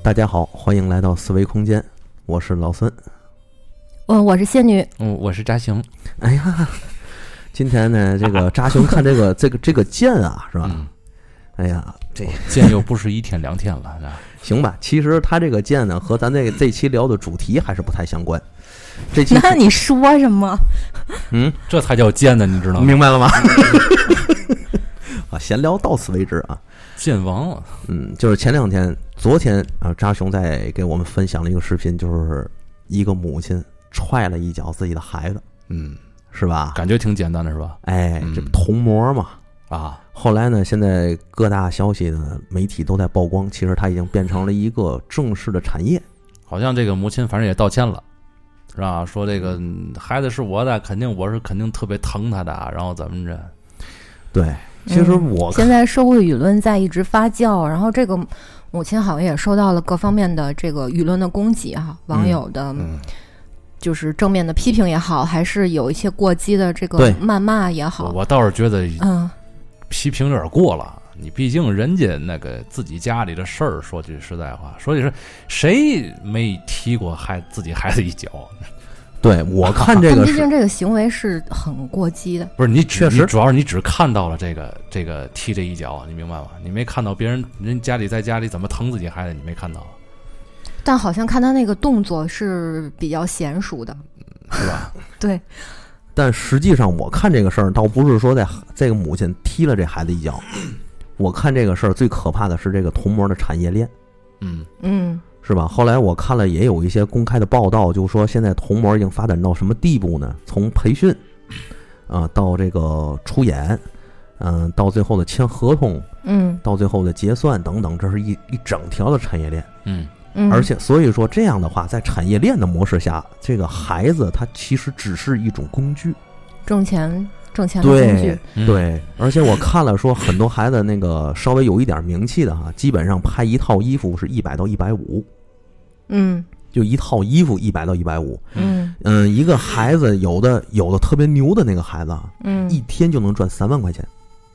大家好，欢迎来到思维空间，我是老孙。 我是仙女。 我是扎熊。 哎呀，今天呢，这个扎熊看这个剑啊，是吧？哎呀，这剑又不是一天两天了， 行吧？其实他这个剑呢，和咱这期聊的主题还是不太相关。这期那你说什么？ 这才叫剑呢，你知道吗？ 明白了吗？啊，闲聊到此为止啊。 剑王了。 就是昨天啊，扎熊在给我们分享了一个视频，就是一个母亲踹了一脚自己的孩子，是吧？ 感觉挺简单的，是吧？ 哎，这童模嘛， 啊。 后来呢，现在各大消息呢，媒体都在曝光，其实它已经变成了一个正式的产业。 好像这个母亲反正也道歉了，是吧？说这个孩子是我的，我是肯定特别疼他的，然后怎么着？ 对，其实现在社会舆论在一直发酵，然后这个母亲好像也受到了各方面的这个舆论的攻击哈，网友的，就是正面的批评也好，还是有一些过激的这个谩骂也好， 我倒是觉得，批评有点过了。你毕竟人家那个自己家里的事儿，说句实在话，说句是谁没踢过自己孩子一脚？ 对，我看这个， 但毕竟这个行为是很过激的。 不是你确实， 主要是你只看到了这个踢这一脚，你明白吗？你没看到别人在家里怎么疼自己孩子，你没看到。 但好像看他那个动作是比较娴熟的， 是吧？ 对。 但实际上，我看这个事儿，倒不是说这个母亲踢了这孩子一脚，我看这个事儿最可怕的是这个童模的产业链。是吧？后来我看了也有一些公开的报道，就说现在童模已经发展到什么地步呢？从培训到这个出演，到最后的签合同，到最后的结算等等，这是一整条的产业链。而且所以说这样的话，在产业链的模式下，这个孩子他其实只是一种工具，挣钱的工具。对，而且我看了说很多孩子那个稍微有一点名气的哈，基本上拍一套衣服是100到150。就一套衣服100到150。一个孩子有的特别牛的那个孩子，一天就能赚3万块钱。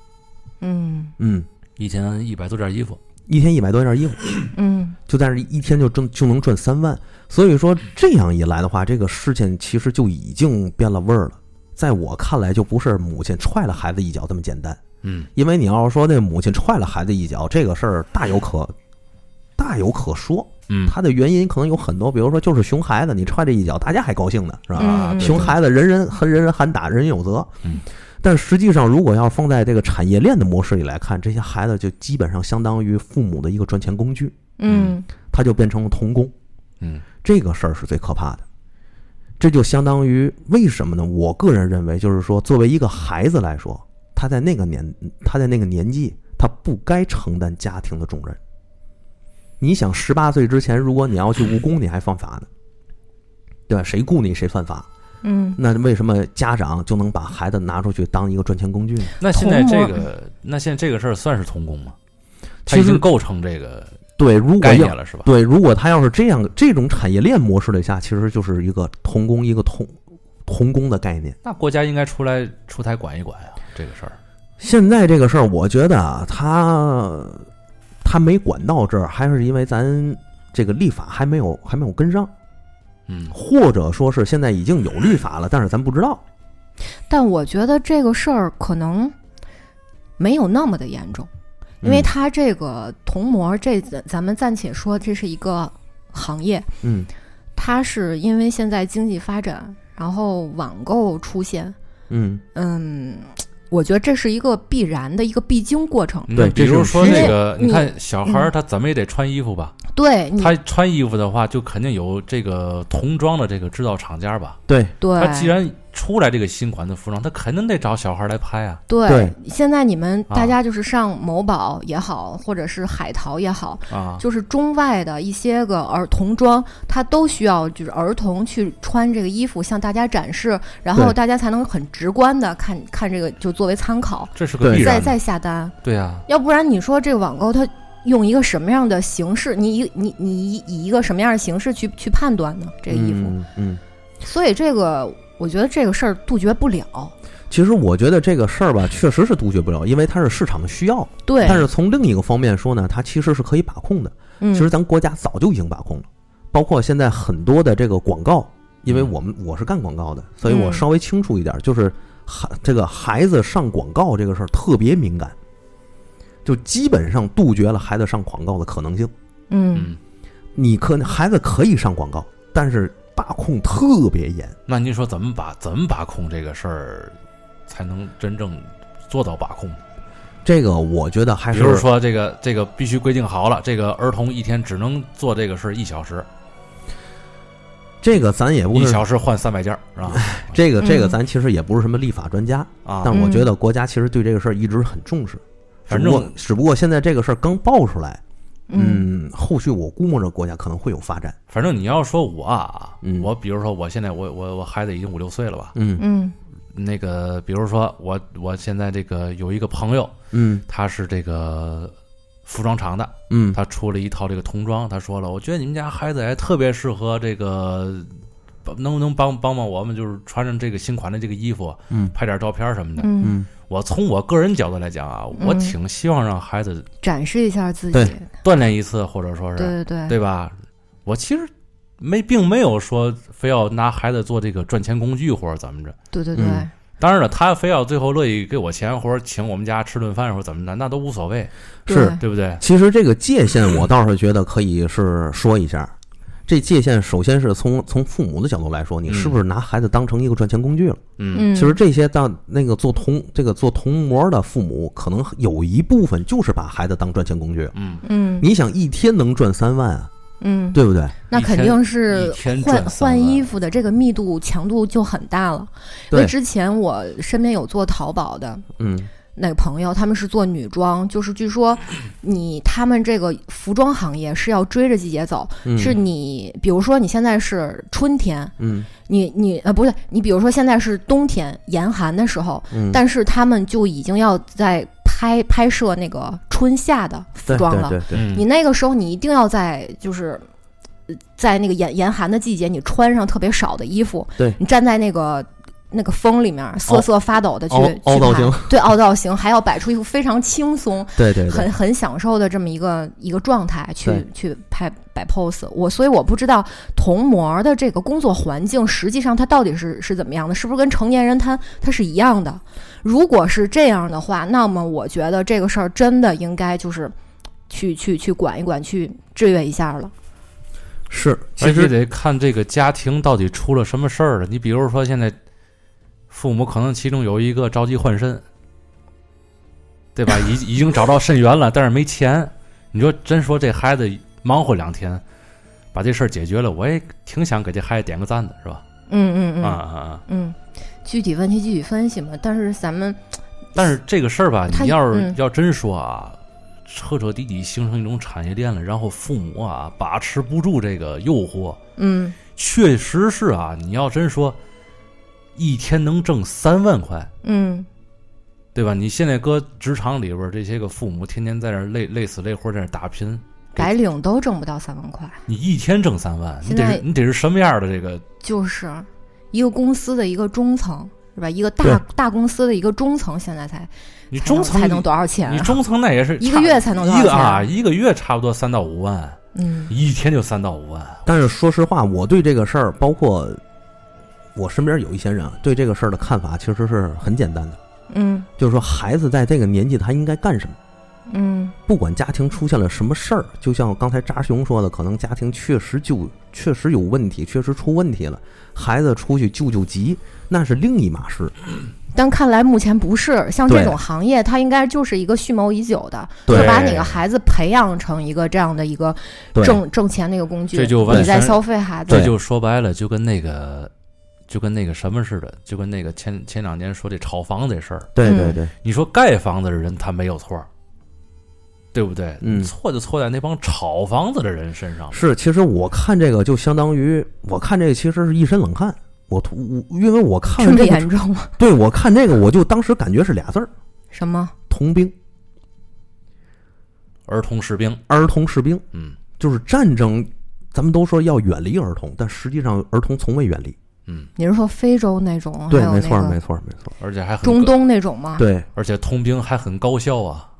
一天100多件衣服， 一天100多件衣服，就在这一天就能赚3万。所以说这样一来的话，这个事情其实就已经变了味儿了。在我看来，就不是母亲踹了孩子一脚这么简单。因为你要是说那母亲踹了孩子一脚，这个事儿大有可说。他的原因可能有很多，比如说就是熊孩子，你踹这一脚，大家还高兴呢，是吧？熊孩子人人喊打，人有责。但实际上，如果要放在这个产业链的模式里来看，这些孩子就基本上相当于父母的一个赚钱工具。他就变成了童工。这个事儿是最可怕的。这就相当于为什么呢？我个人认为，就是说，作为一个孩子来说，他在那个年纪，他不该承担家庭的重任。你想18岁之前，如果你要去务工，你还犯法呢，对吧？谁雇你谁犯法。那为什么家长就能把孩子拿出去当一个赚钱工具呢？ 那现在这个事儿算是童工吗？他已经构成这个概念了，是吧？ 对，如果他要是这种产业链模式的下，其实就是一个童工，一个童工的概念。 那国家应该出台管一管啊，这个事儿。 现在这个事儿，我觉得啊，他没管到这儿，还是因为咱这个立法还没有跟上。或者说是现在已经有律法了，但是咱不知道。 但我觉得这个事儿可能没有那么的严重，因为他这个童模，咱们暂且说这是一个行业。它是因为现在经济发展，然后网购出现。我觉得这是一个必然的一个必经过程。 对，比如说那个，你看小孩他怎么也得穿衣服吧？ 对， 他穿衣服的话，就肯定有这个童装的这个制造厂家吧？ 对， 他既然出来这个新款的服装，他肯定得找小孩来拍啊。 对，现在你们大家就是上某宝也好，或者是海淘也好，就是中外的一些个童装，它都需要就是儿童去穿这个衣服向大家展示，然后大家才能很直观的看这个，就作为参考， 这是个必然， 再下单。 对啊， 要不然你说这个网购它用一个什么样的形式，你以一个什么样的形式去判断呢？这个衣服，所以这个我觉得这个事儿杜绝不了。 其实我觉得这个事儿吧，确实是杜绝不了，因为它是市场的需要。 对。 但是从另一个方面说呢，它其实是可以把控的。 其实咱国家早就已经把控了，包括现在很多的这个广告，因为我是干广告的，所以我稍微清楚一点，就是这个孩子上广告这个事儿特别敏感，就基本上杜绝了孩子上广告的可能性。孩子可以上广告，但是把控特别严。 那您说怎么把控这个事儿才能真正做到把控？ 这个我觉得还是， 比如说这个必须规定好了，这个儿童一天只能做这个事1小时。 这个咱也不是 1小时换300件，是吧？ 这个咱其实也不是什么立法专家啊，但我觉得国家其实对这个事儿一直很重视。反正只不过现在这个事儿刚爆出来，后续我估摸着国家可能会有发展。 反正你要说我比如说我现在我孩子已经5、6岁了吧，那个比如说我现在这个有一个朋友，他是这个服装厂的，他出了一套这个童装，他说了，我觉得你们家孩子也特别适合这个，能不能帮我们，就是穿上这个新款的这个衣服，拍点照片什么的。我从我个人角度来讲啊，我挺希望让孩子展示一下自己， 锻炼一次，或者说是对吧？我其实并没有说非要拿孩子做这个赚钱工具或者怎么着。 对。 当然了，他非要最后乐意给我钱或者请我们家吃顿饭或者怎么着，那都无所谓， 是对不对？ 其实这个界限我倒是觉得可以是说一下，这界限首先是从父母的角度来说，你是不是拿孩子当成一个赚钱工具了？其实这些到那个做童模的父母，可能有一部分就是把孩子当赚钱工具。你想一天能赚3万啊？对不对？ 那肯定是换衣服的这个密度强度就很大了。因为之前我身边有做淘宝的，那个朋友他们是做女装，就是据说他们这个服装行业是要追着季节走，是你比如说你现在是春天，你不是你比如说现在是冬天严寒的时候，但是他们就已经要在拍摄那个春夏的服装了。 对， 你那个时候你一定要在那个严寒的季节，你穿上特别少的衣服，你站在那个风里面瑟瑟发抖的去凹造型， 对，凹造型，还要摆出一副非常轻松， 对， 很享受的这么一个状态去摆 pose。所以我不知道童模的这个工作环境实际上它到底是怎么样的，是不是跟成年人他是一样的？如果是这样的话，那么我觉得这个事儿真的应该就是去管一管，去制约一下了。 是，其实得看这个家庭到底出了什么事儿了。你比如说现在父母可能其中有一个着急换肾，对吧？已经找到肾源了，但是没钱。你说真说这孩子忙活2天把这事儿解决了，我也挺想给这孩子点个赞的，是吧？ 具体问题具体分析嘛。但是这个事儿吧，你要真说啊，彻彻底底形成一种产业链了，然后父母啊把持不住这个诱惑，确实是啊。你要真说一天能挣3万块，对吧？你现在搁职场里边，这些个父母天天在那累死累活在那打拼， 白领都挣不到3万块。你一天挣3万，你得是什么样的这个？ 就是一个公司的一个中层，是吧？一个大公司的一个中层，现在你中层才能多少钱？ 你中层那也是一个月才能多少钱？ 一个月差不多3到5万，一天就3到5万。 但是说实话，我对这个事儿，包括我身边有一些人对这个事儿的看法，其实是很简单的。就是说孩子在这个年纪他应该干什么？不管家庭出现了什么事儿，就像刚才扎熊说的，可能家庭确实有问题，确实出问题了，孩子出去救急，那是另一码事。 但看来目前不是，像这种行业它应该就是一个蓄谋已久的，就把你的孩子培养成一个这样的一个挣钱的一个工具，你在消费孩子。 这就说白了，就跟那个什么似的，就跟那个前2年说这炒房这事儿。 对， 你说盖房子的人他没有错，对不对？错就错在那帮炒房子的人身上。 是，其实我看这个就相当于其实是一身冷汗。因为我看这么严重吗？ 对，我看这个我就当时感觉是俩字儿， 什么？ 童兵， 儿童士兵， 就是战争，咱们都说要远离儿童，但实际上儿童从未远离。 你是说非洲那种？ 对，没错， 而且还很中东那种吗？ 对， 而且童兵还很高效啊。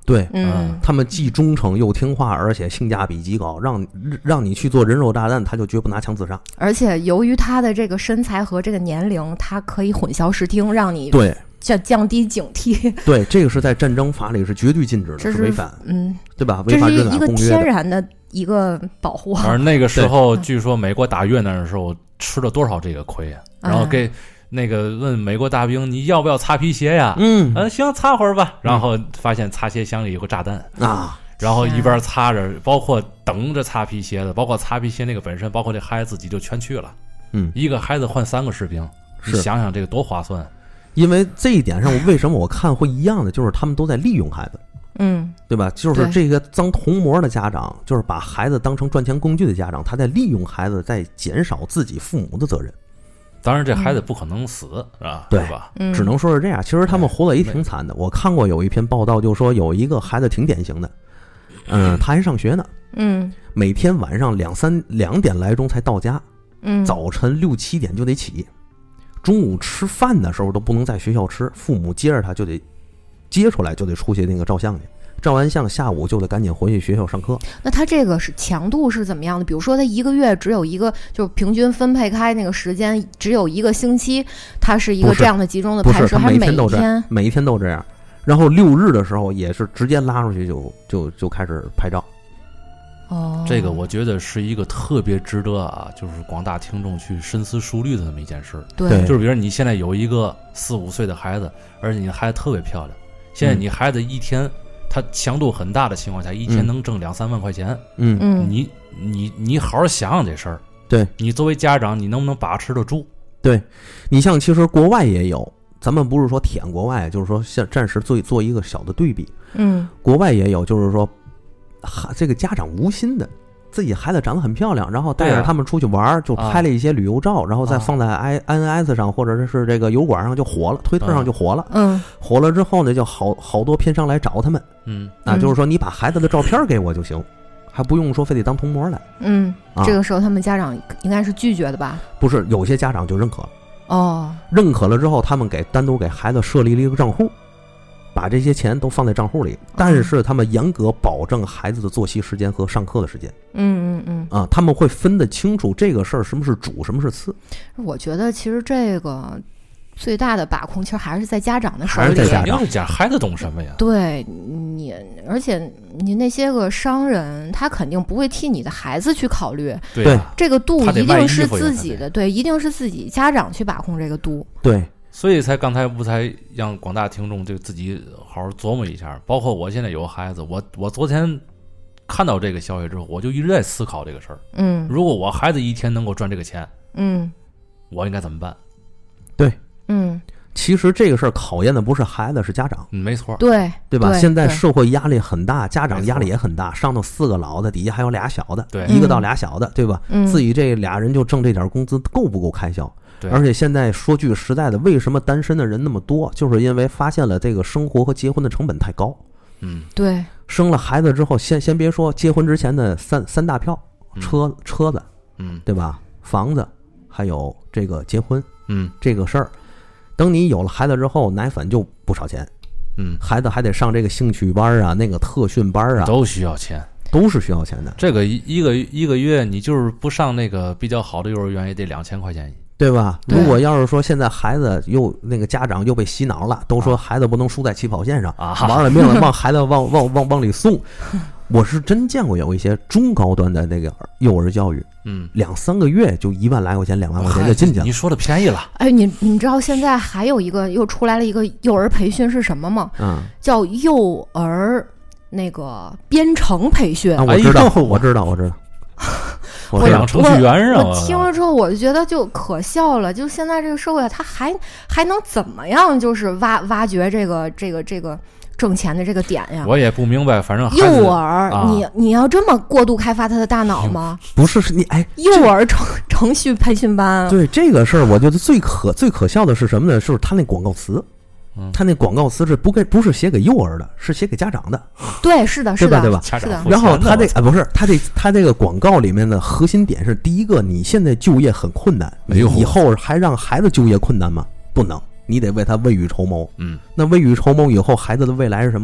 对，他们既忠诚又听话，而且性价比极高，让你去做人肉炸弹，他就绝不拿枪自杀。 而且由于他的这个身材和这个年龄，他可以混淆视听，让你对降低警惕。 对，这个是在战争法里是绝对禁止的， 是违反，对吧？ 这是一个天然的一个保护。 而那个时候，据说美国打越南的时候吃了多少这个亏啊？然后给那个问美国大兵你要不要擦皮鞋呀？行，擦会儿吧。然后发现擦鞋箱里有个炸弹啊， 然后一边擦着，包括等着擦皮鞋的，包括擦皮鞋那个本身，包括这孩子自己就全去了。一个孩子换3个士兵，你想想这个多划算。 因为这一点上，为什么我看会一样的，就是他们都在利用孩子。对吧？就是这个当童模的家长，就是把孩子当成赚钱工具的家长，他在利用孩子，在减少自己父母的责任。 当然，这孩子不可能死，是吧？ 对吧？ 只能说是这样。其实他们活得也挺惨的。我看过有一篇报道，就说有一个孩子挺典型的，他还上学呢，每天晚上2点来钟才到家，早晨6、7点就得起，中午吃饭的时候都不能在学校吃，父母接着他就得接出来，就得出去那个照相去。照完相，下午就得赶紧回去学校上课。 那他这个是强度是怎么样的？比如说他一个月只有一个，就是平均分配开那个时间只有1个星期，他是一个这样的集中的拍摄，还是每天？ 每一天都这样。然后6日的时候也是直接拉出去就开始拍照。 这个我觉得是一个特别值得就是广大听众去深思熟虑的这么一件事。 对， 就是比如你现在有一个4、5岁的孩子，而且你的孩子特别漂亮，现在你孩子一天。他强度很大的情况下，一天能挣2、3万块钱。你好好想想这事儿。 对， 你作为家长，你能不能把持得住？ 对，你像其实国外也有，咱们不是说舔国外，就是说像暂时做一个小的对比。国外也有，就是说这个家长无心的。自己孩子长得很漂亮，然后带着他们出去玩，就拍了一些旅游照，然后再放在 INS 上或者是这个油管上就火了，推特上就火了。火了之后呢，就好多片商来找他们。就是说你把孩子的照片给我就行，还不用说非得当童模来。 这个时候他们家长应该是拒绝的吧？ 不是，有些家长就认可了。认可了之后，他们单独给孩子设立了一个账户。把这些钱都放在账户里，但是他们严格保证孩子的作息时间和上课的时间。他们会分得清楚这个事儿什么是主，什么是次。 我觉得其实这个最大的把控其实还是在家长的手里。 还是在家长， 家孩子懂什么呀？ 对你，而且你那些个商人，他肯定不会替你的孩子去考虑。 对， 这个度一定是自己的，对，一定是自己家长去把控这个度。 对。 所以刚才让广大听众就自己好好琢磨一下。包括我现在有孩子，我昨天看到这个消息之后，我就一直在思考这个事儿。如果我孩子一天能够赚这个钱，我应该怎么办？ 对，其实这个事儿考验的不是孩子，是家长。 没错， 对吧？现在社会压力很大，家长压力也很大，上头4个老的，底下还有俩小的，1个到俩小的，对吧？自己这俩人就挣这点工资，够不够开销？而且现在说句实在的，为什么单身的人那么多？就是因为发现了这个生活和结婚的成本太高。 对， 生了孩子之后，先别说结婚之前的三大票，车子，对吧？房子，还有这个结婚，这个事儿。等你有了孩子之后，奶粉就不少钱，孩子还得上这个兴趣班啊，那个特训班啊， 都需要钱。 都是需要钱的。 这个一个月，你就是不上那个比较好的幼儿园，也得2000块钱。 对吧？如果要是说现在孩子又那个家长又被洗脑了，都说孩子不能输在起跑线上，玩了命了，往孩子往里送。我是真见过有一些中高端的那个幼儿教育，2、3个月就1万来块钱、2万块钱就进去了。 你说的便宜了。 哎，你知道现在还有一个又出来了一个幼儿培训是什么吗？叫幼儿那个编程培训。 我知道。 我养程序员啊！ 我听了之后，我就觉得就可笑了。就现在这个社会，他还能怎么样？就是挖掘这个挣钱的这个点呀。 我也不明白，反正幼儿，你要这么过度开发他的大脑吗？ 不是你幼儿程序培训班。 对这个事儿，我觉得最可笑的是什么呢？是他那广告词。他那广告词是不是写给幼儿的，是写给家长的。 对，是的， 对吧？对吧？ 是的。 然后他不是他这个广告里面的核心点是：第一个，你现在就业很困难，以后还让孩子就业困难吗？不能，你得为他未雨绸缪。那未雨绸缪以后，孩子的未来是什么呢？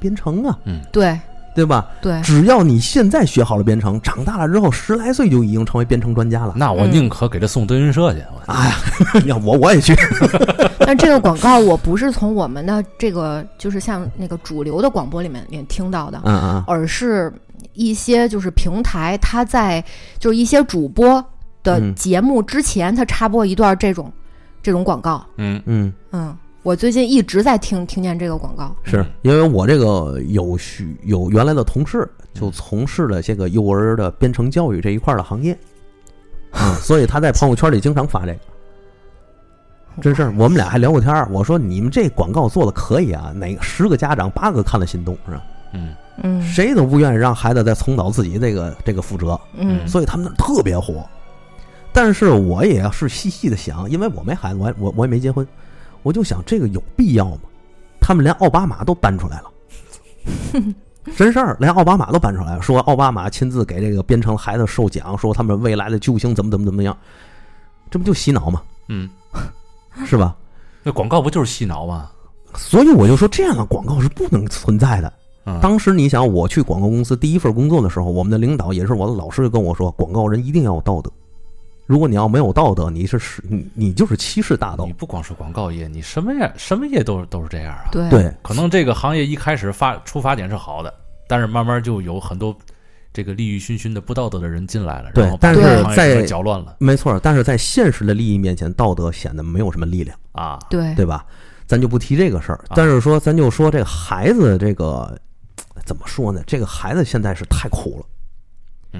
编程啊， 对吧？ 对， 只要你现在学好了编程，长大了之后10来岁就已经成为编程专家了。 那我宁可给他送德云社去。 哎呀，要我也去。 但这个广告我不是从我们的这个就是像那个主流的广播里面听到的，而是一些就是平台，它在就是一些主播的节目之前，它插播一段这种广告。我最近一直在听见这个广告， 是因为我这个有原来的同事就从事了这个幼儿的编程教育这一块的行业，所以他在朋友圈里经常发这个。真是，我们俩还聊过天儿。我说你们这广告做的可以啊，哪个10个家长8个看了心动，是吧？谁都不愿意让孩子再重蹈自己这个覆辙，所以他们那特别火。但是我也是细细的想，因为我没孩子，我也没结婚。我就想这个有必要吗？他们连奥巴马都搬出来了，真事儿，连奥巴马都搬出来了，说奥巴马亲自给这个编程孩子授奖，说他们未来的救星怎么样，这不就洗脑吗？是吧？ 那广告不就是洗脑吗？ 所以我就说这样的广告是不能存在的。当时你想，我去广告公司第一份工作的时候，我们的领导也是我的老师就跟我说，广告人一定要有道德。如果你要没有道德，你就是欺世大盗。 你不光是广告业，你什么业都是这样啊。 对， 可能这个行业一开始出发点是好的，但是慢慢就有很多这个利欲熏心的不道德的人进来了，然后但是在搅乱了。 没错，但是在现实的利益面前，道德显得没有什么力量啊。 对吧？咱就不提这个事儿，但是说咱就说这个孩子，这个怎么说呢？这个孩子现在是太苦了。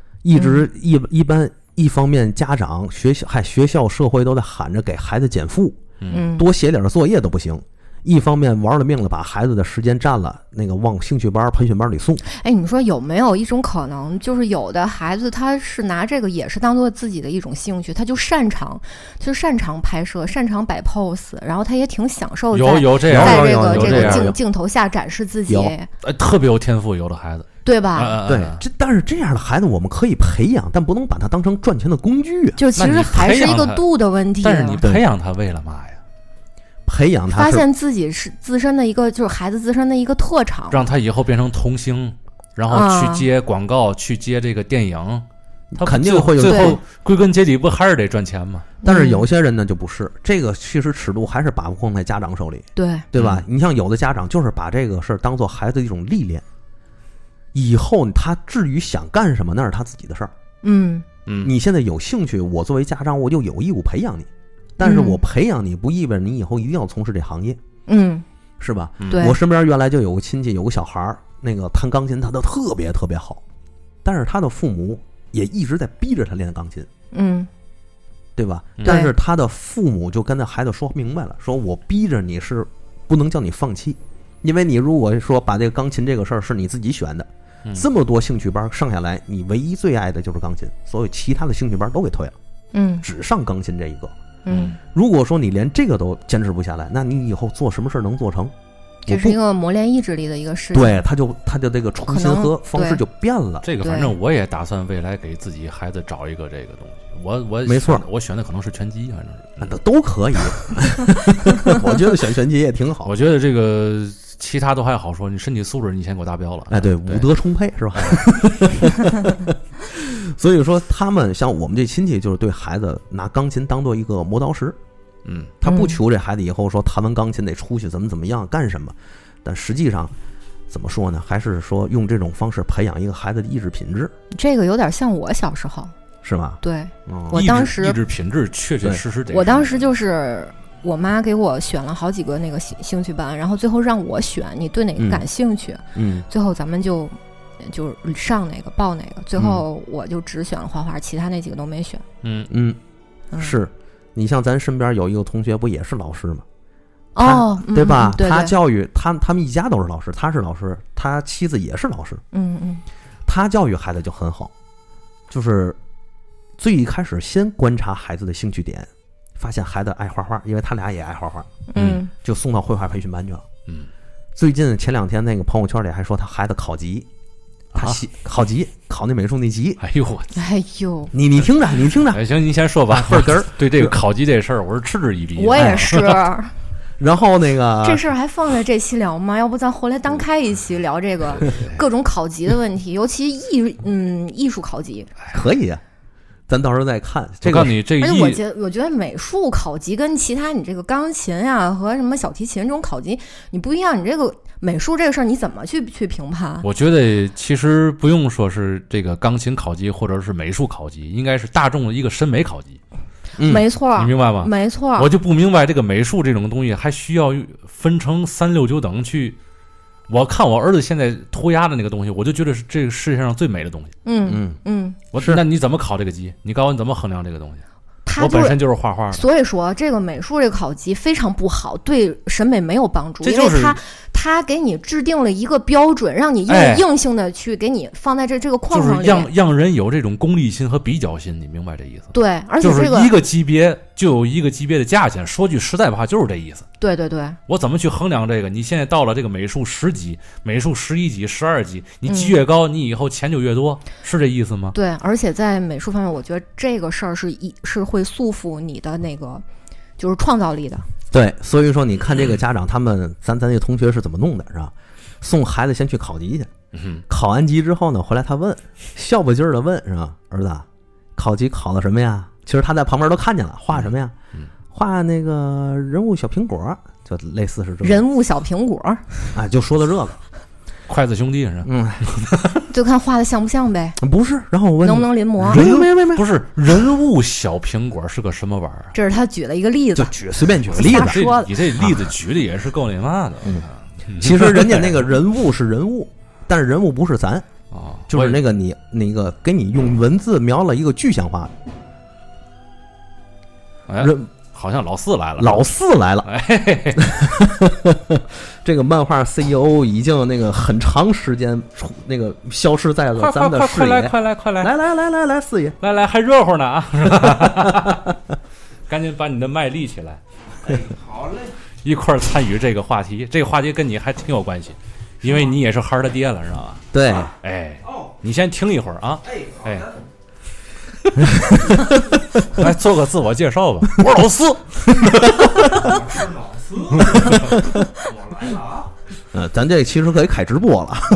一方面家长学校社会都在喊着给孩子减负，多写点作业都不行。一方面玩了命了，把孩子的时间占了，那个往兴趣班培训班里送。 你们说有没有一种可能，就是有的孩子他是拿这个也是当做自己的一种兴趣，他就擅长拍摄，擅长摆 pose， 然后他也挺享受有这样在这个镜头下展示自己， 特别有天赋，有的孩子。 对吧？ 对，但是这样的孩子我们可以培养，但不能把他当成赚钱的工具啊。 就其实还是一个度的问题。 但是你培养他为了嘛呀？ 培养他发现自己是自身的一个，就是孩子自身的一个特长， 让他以后变成童星，然后去接广告，去接这个电影，他肯定会有。 最后归根结底不还是得赚钱吗？ 但是有些人呢就不是，这个其实尺度还是把控在家长手里，对吧？你像有的家长就是把这个事儿当做孩子的一种历练。以后他至于想干什么，那是他自己的事儿。你现在有兴趣，我作为家长，我就有义务培养你。但是我培养你，不意味着你以后一定要从事这行业。是吧？我身边原来就有个亲戚，有个小孩儿，那个弹钢琴弹得特别特别好，但是他的父母也一直在逼着他练钢琴。对吧？但是他的父母就跟那孩子说明白了，说我逼着你是不能叫你放弃，因为你如果说把这个钢琴这个事儿是你自己选的。这么多兴趣班上下来，你唯一最爱的就是钢琴，所以其他的兴趣班都给退了，只上钢琴这一个。如果说你连这个都坚持不下来，那你以后做什么事能做成？ 这是一个磨练意志力的一个事情。 对，他就这个初心和方式就变了。 这个反正我也打算未来给自己孩子找一个这个东西。我没错， 我选的可能是拳击，反正是都可以。我觉得选拳击也挺好。 我觉得这个。其他都还好说，你身体素质你先给我达标了。 对，武德充沛是吧？所以说他们像我们这亲戚，就是对孩子拿钢琴当做一个磨刀石。他不求这孩子以后说弹完钢琴得出去怎么样干什么，但实际上怎么说呢？还是说用这种方式培养一个孩子的意志品质。 这个有点像我小时候， 是吧？ 对，我当时意志品质确实得。 我当时就是。我妈给我选了好几个那个兴趣班，然后最后让我选你对哪个感兴趣，最后咱们就上哪个报哪个，最后我就只选了画画，其他那几个都没选。 是你像咱身边有一个同学不也是老师吗？ 对吧？ 对， 他教育他们一家都是老师，他是老师，他妻子也是老师。他教育孩子就很好，就是最一开始先观察孩子的兴趣点。发现孩子爱画画，因为他俩也爱画画，就送到绘画培训班去了。最近前2天那个朋友圈里还说他孩子考级，他考级考那美术那级。 哎呦， 你听着， 行，您先说吧。对这个考级这事儿，我是嗤之以鼻。 我也是。 然后那个这事儿还放在这期聊吗？要不咱后来单开一期聊这个各种考级的问题，尤其艺术考级可以啊。咱到时候再看。这个你这个， 而且我觉得美术考级跟其他你这个钢琴呀和什么小提琴这种考级你不一样。你这个美术这个事儿你怎么去评判？ 我觉得其实不用说是这个钢琴考级或者是美术考级，应该是大众的一个审美考级。 没错， 你明白吗？ 没错， 我就不明白这个美术这种东西还需要分成3、6、9等去。我看我儿子现在涂鸦的那个东西，我就觉得是这个世界上最美的东西。那你怎么考这个级？你告诉我你怎么衡量这个东西？我本身就是画画的， 所以说这个美术这个考级非常不好，对审美没有帮助， 因为他给你制定了一个标准，让你硬性的去给你放在这个框框里， 就是让人有这种功利心和比较心，你明白这意思？ 对，而且就是一个级别就有一个级别的价钱，说句实在话就是这意思。 对对对， 我怎么去衡量这个？你现在到了这个美术10级、美术11级、12级，你级越高，你以后钱就越多，是这意思吗？ 对，而且在美术方面，我觉得这个事儿是会束缚你的那个就是创造力的。 对，所以说你看这个家长他们咱那同学是怎么弄的，是吧？送孩子先去考级去，考完级之后呢，回来他问，笑不劲儿的问，是吧？儿子，考级考了什么呀？其实他在旁边都看见了，画什么呀？画那个人物小苹果，就类似是这种人物小苹果啊，就说的这个筷子兄弟是吧？ 就看画的像不像呗。 不是，然后我问能不能临摹？ 没， 不是人物小苹果是个什么玩意儿？ 这是他举了一个例子， 就随便举个例子。 你这例子举的也是够那嘛的。 其实人家那个人物是人物，但是人物不是咱啊，就是那个你那个给你用文字描了一个具象化的人。好像老四来了， 哎，这个漫画 CEO 已经那个很长时间那个消失在了咱的视野。 快来， 来，四爷， 来，还热乎呢啊！赶紧把你的麦立起来。 好嘞， 一块儿参与这个话题，这个话题跟你还挺有关系，因为你也是孩儿的爹了，知道吧？ 对， 哎，你先听一会儿啊，哎。来做个自我介绍吧，我是老四。 我来了啊！ 咱这其实可以开直播了。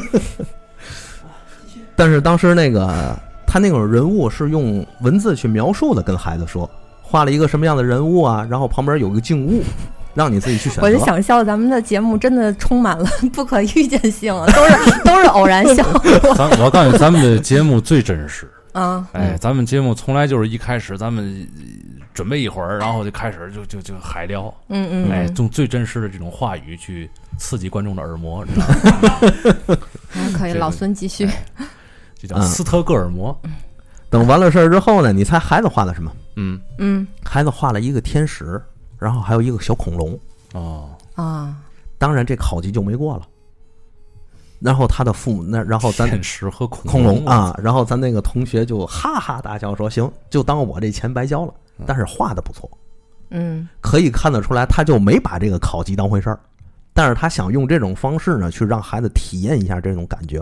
但是当时那个他那种人物是用文字去描述的，跟孩子说画了一个什么样的人物啊，然后旁边有个静物，让你自己去选择。 我就想笑，咱们的节目真的充满了不可预见性，都是偶然效果。 我告诉你，咱们的节目最真实。 哎， 咱们节目从来就是一开始咱们准备一会儿，然后就开始就海聊，哎，用最真实的这种话语去刺激观众的耳膜，你知道吗？ 可以，老孙继续。 这叫斯特哥尔摩。 等完了事儿之后呢，你猜孩子画的什么？孩子画了一个天使，然后还有一个小恐龙。当然这考级就没过了。然后他的父母然后咱天使和恐龙啊，然后咱那个同学就哈哈大笑说：“行，就当我这钱白交了。”但是画的不错，可以看得出来，他就没把这个考级当回事儿，但是他想用这种方式呢，去让孩子体验一下这种感觉，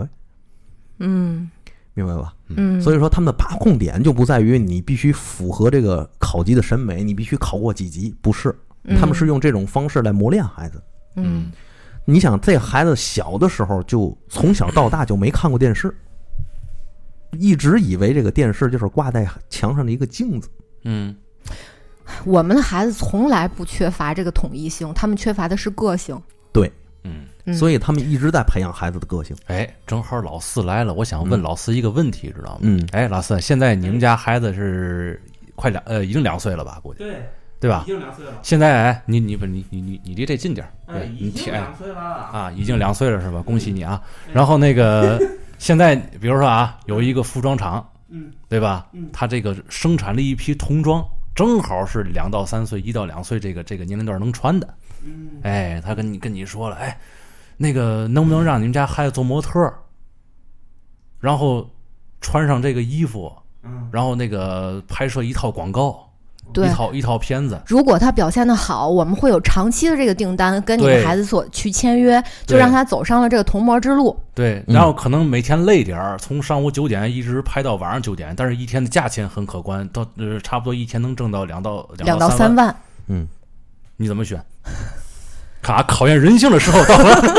明白吧？所以说他们的把控点就不在于你必须符合这个考级的审美，你必须考过几级，不是，他们是用这种方式来磨练孩子，你想，这孩子小的时候就从小到大就没看过电视，一直以为这个电视就是挂在墙上的一个镜子。 我们的孩子从来不缺乏这个统一性，他们缺乏的是个性。 对，所以他们一直在培养孩子的个性。 哎，正好老四来了，我想问老四一个问题，知道吗？哎，老四，现在你们家孩子是快已经2岁了吧？估计。对吧？ 已经2岁了。 现在哎，你离这近点已经2岁了啊，已经2岁了是吧？恭喜你啊！然后那个现在比如说啊，有一个服装厂，对吧？他这个生产了一批童装，正好是2到3岁、1到2岁这个年龄段能穿的。哎，他跟你说了，哎，那个能不能让你们家孩子做模特，然后穿上这个衣服，然后那个拍摄一套广告。 对， 一套片子， 如果他表现的好，我们会有长期的这个订单跟你的孩子所去签约，就让他走上了这个童模之路。 对，然后可能每天累点儿，从上午9点一直拍到晚上9点，但是一天的价钱很可观，到差不多一天能挣到2到3万。 嗯， 你怎么选？ 看考验人性的时候到了。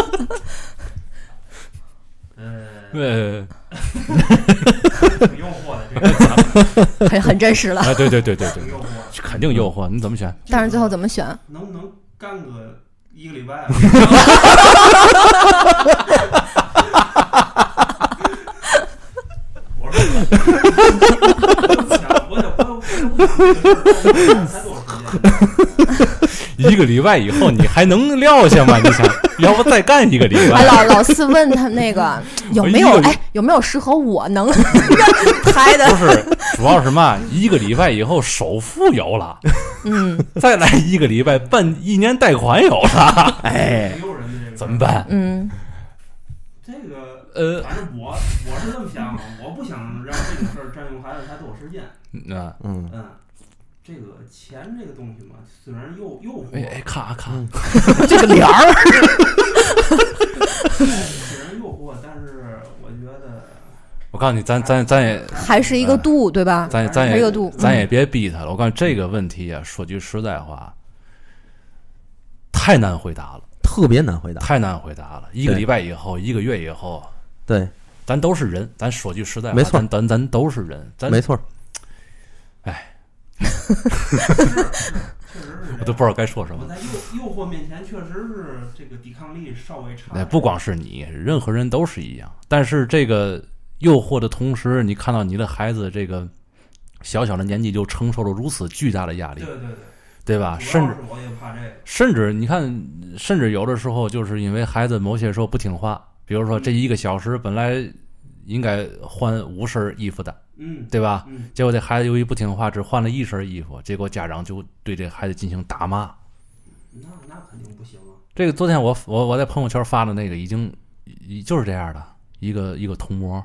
挺诱惑的，这个很真实了。 对，肯定诱惑。你怎么选？ 但是最后怎么选？ 能不能干个1个礼拜？我 1个礼拜以后你还能撂下吗？你想要不再干1个礼拜？ 老四问他那个有没有适合我能拍的？ 不是，主要是嘛，1个礼拜以后首付有了，再来1个礼拜办1年贷款有了，怎么办？ 这个反正我是这么想的，我不想让这个事儿占用孩子太多时间。这个钱这个东西嘛，虽然诱惑， 看这个脸儿， 虽然诱惑，但是我觉得， 我告诉你，咱也还是一个度，对吧？ 咱也一个度， 咱也别逼他了。我告诉你，这个问题啊，说句实在话，太难回答了， 特别难回答， 太难回答了。1个礼拜以后，1个月以后， 对， 咱都是人，咱说句实在话， 没错， 咱都是人， 没错。 确实是， 我都不知道该说什么。 我在诱惑面前，确实是这个抵抗力稍微差。 不光是你，任何人都是一样。但是这个诱惑的同时，你看到你的孩子这个小小的年纪就承受了如此巨大的压力，对吧？甚至你看，甚至有的时候就是因为孩子某些时候不听话，比如说这1个小时本来应该换5身衣服的。对吧？结果这孩子由于不听话，只换了1身衣服，结果家长就对这孩子进行打骂。 那肯定不行啊！ 这个昨天我在朋友圈发的那个，就是这样的一个童模。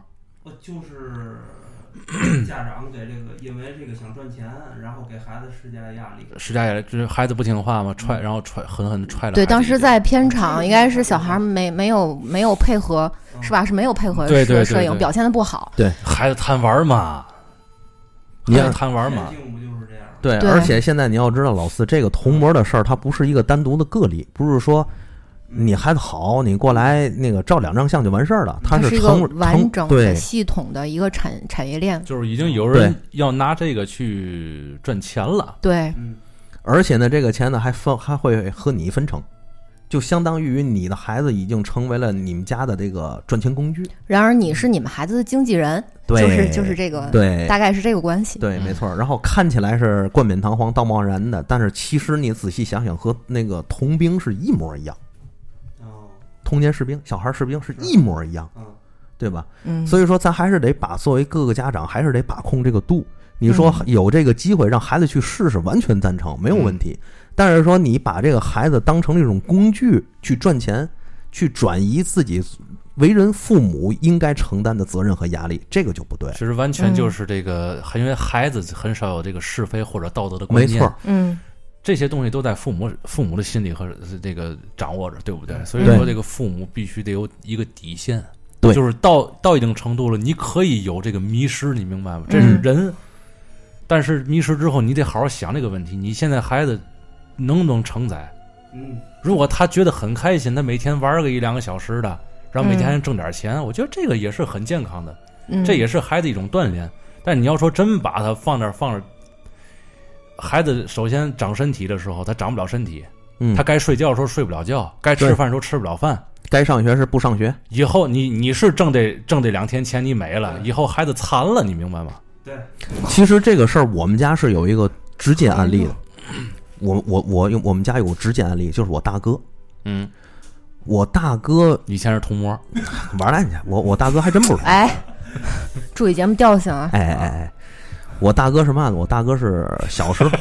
就是家长给这个，因为这个想赚钱，然后给孩子施加压力， 就是孩子不听话嘛，然后狠狠踹了。 对，当时在片场应该是小孩没有配合，是吧？是没有配合摄影，表现的不好。 对， 孩子贪玩嘛，贪玩嘛。 对，而且现在你要知道，老四这个童模的事儿，它不是一个单独的个例，不是说你孩子好，你过来那个照2张相就完事儿了，它是一个完整的系统的一个产业链， 就是已经有人要拿这个去赚钱了。 对， 而且呢，这个钱呢还会和你分成。就相当于你的孩子已经成为了你们家的这个赚钱工具。 然而你是你们孩子的经纪人，就是这个， 对， 大概是这个关系。 对，没错。然后看起来是冠冕堂皇、道貌岸然的，但是其实你仔细想想，和那个童兵是一模一样。童年士兵、小孩士兵是一模一样，对吧？所以说咱还是得作为各个家长，还是得把控这个度。你说有这个机会让孩子去试试，完全赞成，没有问题。但是说你把这个孩子当成一种工具去赚钱，去转移自己为人父母应该承担的责任和压力，这个就不对。 其实完全就是这个，因为孩子很少有这个是非或者道德的观念。 没错， 这些东西都在父母的心里和这个掌握着，对不对？所以说这个父母必须得有一个底线， 对， 就是到一定程度了，你可以有这个迷失，你明白吗？这是人，但是迷失之后，你得好好想这个问题。你现在孩子能不能承载？如果他觉得很开心，他每天玩个1-2个小时的，然后每天还挣点钱，我觉得这个也是很健康的，这也是孩子一种锻炼。但你要说真把他放那放着，孩子首先长身体的时候他长不了身体，他该睡觉的时候睡不了觉，该吃饭的时候吃不了饭， 该上学是不上学。以后你是挣这2天钱你没了，以后孩子残了，你明白吗？ 对， 其实这个事儿我们家是有一个直接案例的。我们家有个直接案例，就是我大哥。我大哥以前是童模， 玩烂去。我大哥还真不是。 注意节目调性啊！ 我大哥是嘛呢？我大哥是小时候，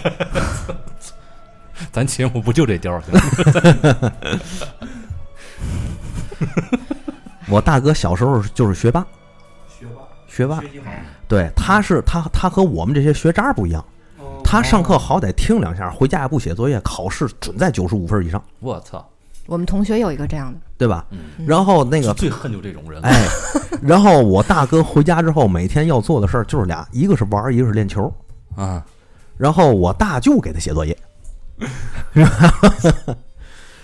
咱节目不就这调儿？ 我大哥小时候就是学霸。对，他和我们这些学渣不一样。他上课好歹听2下，回家也不写作业，考试准在95分以上。 我操！ 我们同学有一个这样的， 对吧？然后那个最恨就这种人。 然后我大哥回家之后，每天要做的事儿就是俩，一个是玩，一个是练球啊。 然后我大舅给他写作业，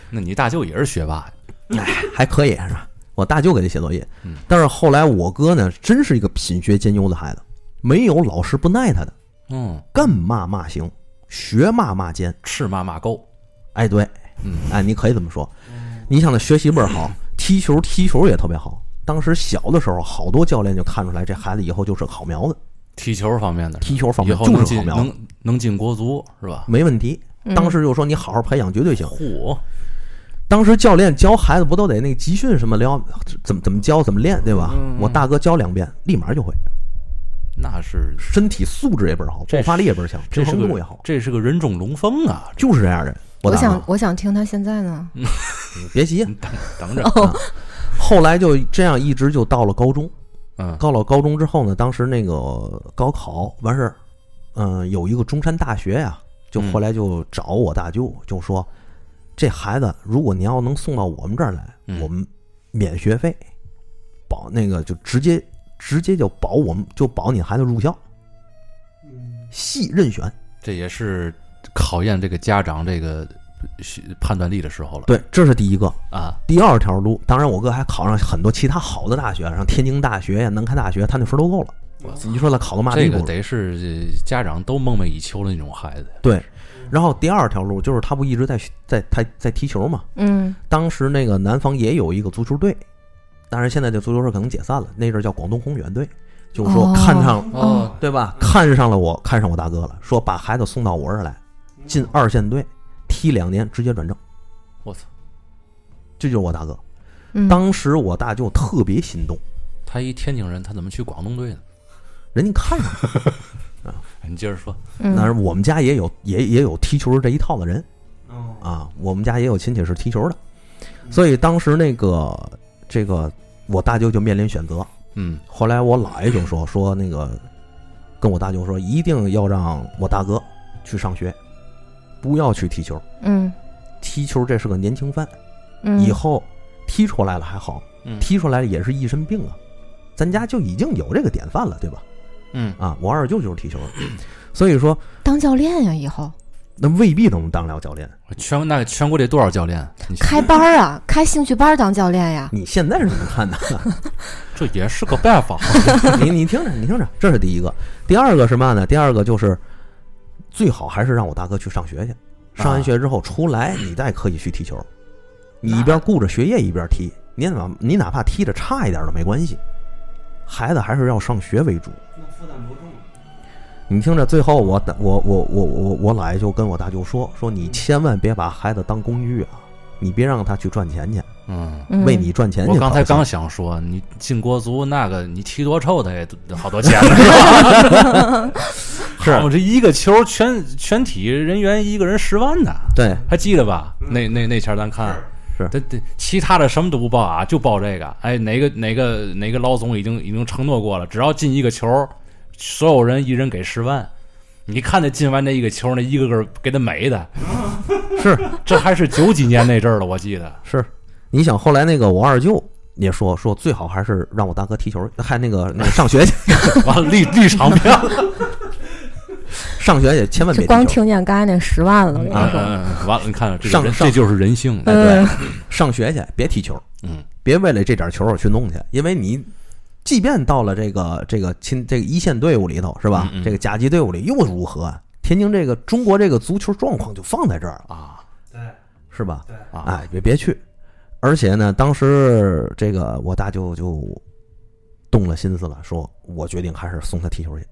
那你大舅也是学霸呀？还可以是吧？我大舅给他写作业，但是后来我哥呢，真是一个品学兼优的孩子，没有老师不耐他的。干嘛行，学嘛尖， 吃嘛够。 哎，对，哎，你可以这么说。你想他学习倍儿好，踢球也特别好。当时小的时候，好多教练就看出来这孩子以后就是个好苗子。 踢球方面就是好苗子， 能进国足是吧？ 没问题。当时就说你好好培养绝对行。当时教练教孩子不都得那个集训什么聊，怎么教怎么练，对吧？我大哥教2遍，立马就会。 那是身体素质也倍儿好，爆发力也倍儿强，平衡度也好。 这是个人中龙凤啊， 就是这样的人。 我想听他现在呢。 别急， 等着。 后来就这样一直就到了高中。到了高中之后呢，当时那个高考完事儿，有一个中山大学呀，就后来就找我大舅，就说这孩子如果你要能送到我们这儿来，我们免学费，保那个就直接就保你孩子入校，系任选。 这也是考验这个家长这个判断力的时候了。 对，这是第一个啊。 第二条路，当然我哥还考上很多其他好的大学，像天津大学呀、南开大学，他那分都够了。你说他考到嘛地步？ 这个得是家长都梦寐以求的那种孩子。 对。然后第二条路就是他不一直在踢球嘛？当时那个南方也有一个足球队，当然现在这足球队可能解散了，那阵叫广东宏远队。就是说看上对吧？看上我大哥了，说把孩子送到我这儿来，进2线队踢2年，直接转正。 我操！ 这就是我大哥。当时我大舅特别心动。 他一天津人，他怎么去广东队呢？ 人家看上啊，你接着说。 但是我们家也有踢球这一套的人啊，我们家也有亲戚是踢球的，所以当时这个我大舅就面临选择。后来我姥爷就说那个跟我大舅说，一定要让我大哥去上学，不要去踢球。踢球这是个年轻饭，以后踢出来了还好，踢出来也是一身病啊。咱家就已经有这个典范了，对吧？我二舅就是踢球的，所以说当教练呀，以后那未必能当了教练。 全国得多少教练？ 开班啊，开兴趣班当教练呀？ 你现在是怎么看的？ 这也是个办法。 你听着，这是第一个。第二个是嘛呢？第二个就是最好还是让我大哥去上学去，上完学之后出来，你再可以去踢球。你一边顾着学业一边踢，你哪怕踢着差一点都没关系。孩子还是要上学为主。 那负担多重？ 你听着，最后我姥爷就跟我大舅说你千万别把孩子当工具啊，你别让他去赚钱去。为你赚钱去。 我刚才刚想说，你进国足那个，你踢多臭的也好多钱呢，是吧？是我这一个球全体人员一个人10万呢。 对， 还记得吧？那前咱看。 是， 对，其他的什么都不报啊，就报这个。哎，哪个老总已经承诺过了，只要进一个球，所有人一人给10万。你看他进完这一个球，那一个个给他美的， 是， 这还是90几年那阵儿了，我记得是。你想后来那个我二舅也说最好还是让我大哥踢球，还那个上学去， 完了立场票。 上学去千万别踢球。 光听见刚才那10万了， 完了，你看这就是人性。 对，上学去别踢球，别为了这点球去弄去，因为你即便到了这个一线队伍里头是吧？这个甲级队伍里又如何？天津这个中国这个足球状况就放在这儿啊， 对， 是吧？ 对， 哎，别去。而且呢，当时这个我大舅就动了心思了，说我决定还是送他踢球去。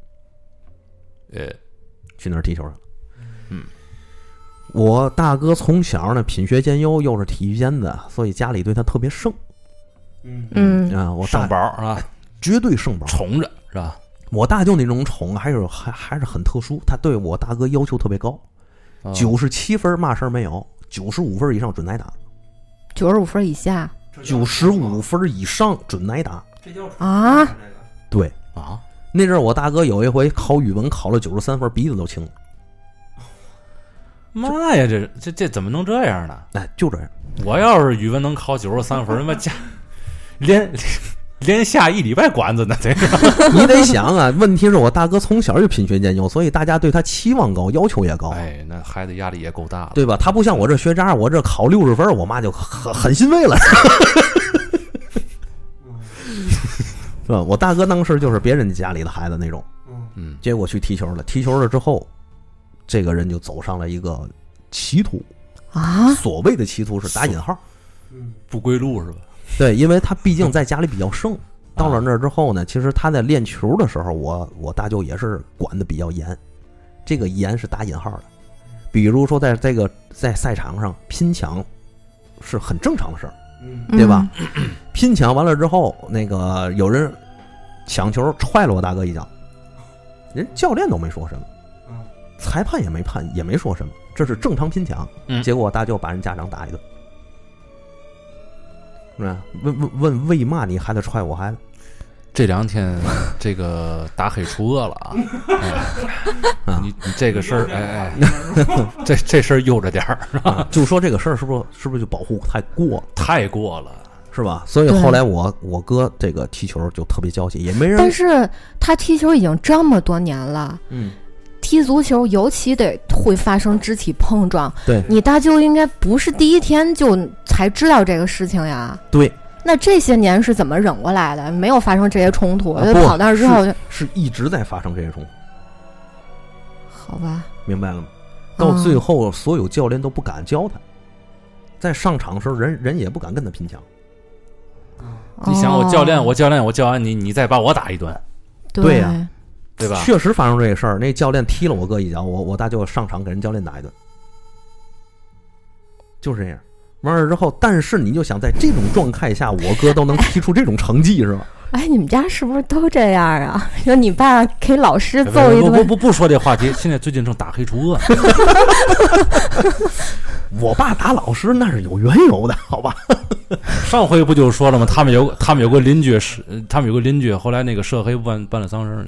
去那儿踢球去了。我大哥从小呢品学兼优，又是体育尖子，所以家里对他特别盛。我圣宝啊， 绝对圣宝， 宠着是吧？ 我大舅那种宠还是很特殊，他对我大哥要求特别高，97分嘛事儿没有，95分以上准挨打 ，95分以下 ，95分以上准挨打。 这叫啊？ 对啊。那阵我大哥有一回考语文考了93分，鼻子都青了。 妈呀，这怎么能这样呢？ 哎，就这样。 我要是语文能考93分，他妈连连下1礼拜馆子呢，这个你得想啊。问题是我大哥从小就品学兼优，所以大家对他期望高，要求也高。 哎，那孩子压力也够大的， 对吧？他不像我这学渣，我这考60分，我妈就很欣慰了。是吧？我大哥当时就是别人家里的孩子那种，结果去踢球了。踢球了之后，这个人就走上了一个歧途啊。 所谓的歧途是打引号， 不归路是吧？ 对，因为他毕竟在家里比较盛。到了那儿之后呢，其实他在练球的时候，我大舅也是管的比较严。这个严是打引号的，比如说在赛场上拼抢是很正常的事儿。对吧？拼抢完了之后，那个有人抢球踹了我大哥一脚，人教练都没说什么，裁判也没说什么，这是正常拼抢。结果我大舅把人家长打一顿，是吧？问为嘛你孩子踹我孩子？ 这2天这个打黑除恶了啊！你这个事儿，这事儿悠着点儿，是吧？ 就说这个事儿是不是就保护太过了， 是吧？所以后来我哥这个踢球就特别娇气，也没人。 但是他踢球已经这么多年了，踢足球尤其会发生肢体碰撞。 对， 你大舅应该不是第一天就才知道这个事情呀？ 对。 那这些年是怎么忍过来的？没有发生这些冲突，跑那之后是一直在发生这些冲突。 好吧， 明白了吗？到最后，所有教练都不敢教他，在上场的时候，人也不敢跟他拼抢。 你想，我教完你，你再把我打一顿， 对呀， 对吧？ 确实发生这个事儿，那教练踢了我哥一脚，我大舅上场给人教练打一顿，就是这样。完了之后，但是你就想在这种状态下，我哥都能踢出这种成绩，是吧？ 哎，你们家是不是都这样啊？说你爸给老师揍一顿， 不说这话题。现在最近正打黑除恶。 我爸打老师那是有缘由的，好吧？ 上回不就说了吗？他们有个邻居，后来那个涉黑办了丧事。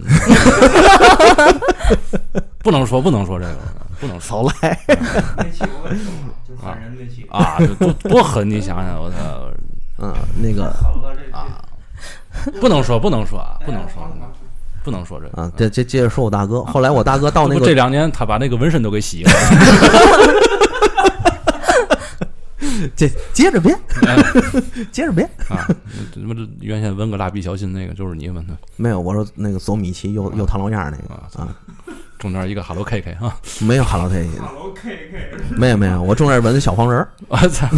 不能说这个，不能少来。 那期我也听了，就喊人那期啊，多狠！你想想，我操， 那个啊，不能说这个啊。这接着说我大哥，后来我大哥到那个这2年，他把那个纹身都给洗了。 接着编，接着编啊！怎么这原先纹个蜡笔小新那个就是你纹的？ 没有，我说那个走米奇又唐老鸭那个啊， 中间一个 Hello KK 啊， 没有 Hello KK， 没有，我中间纹的小黄人。 我操！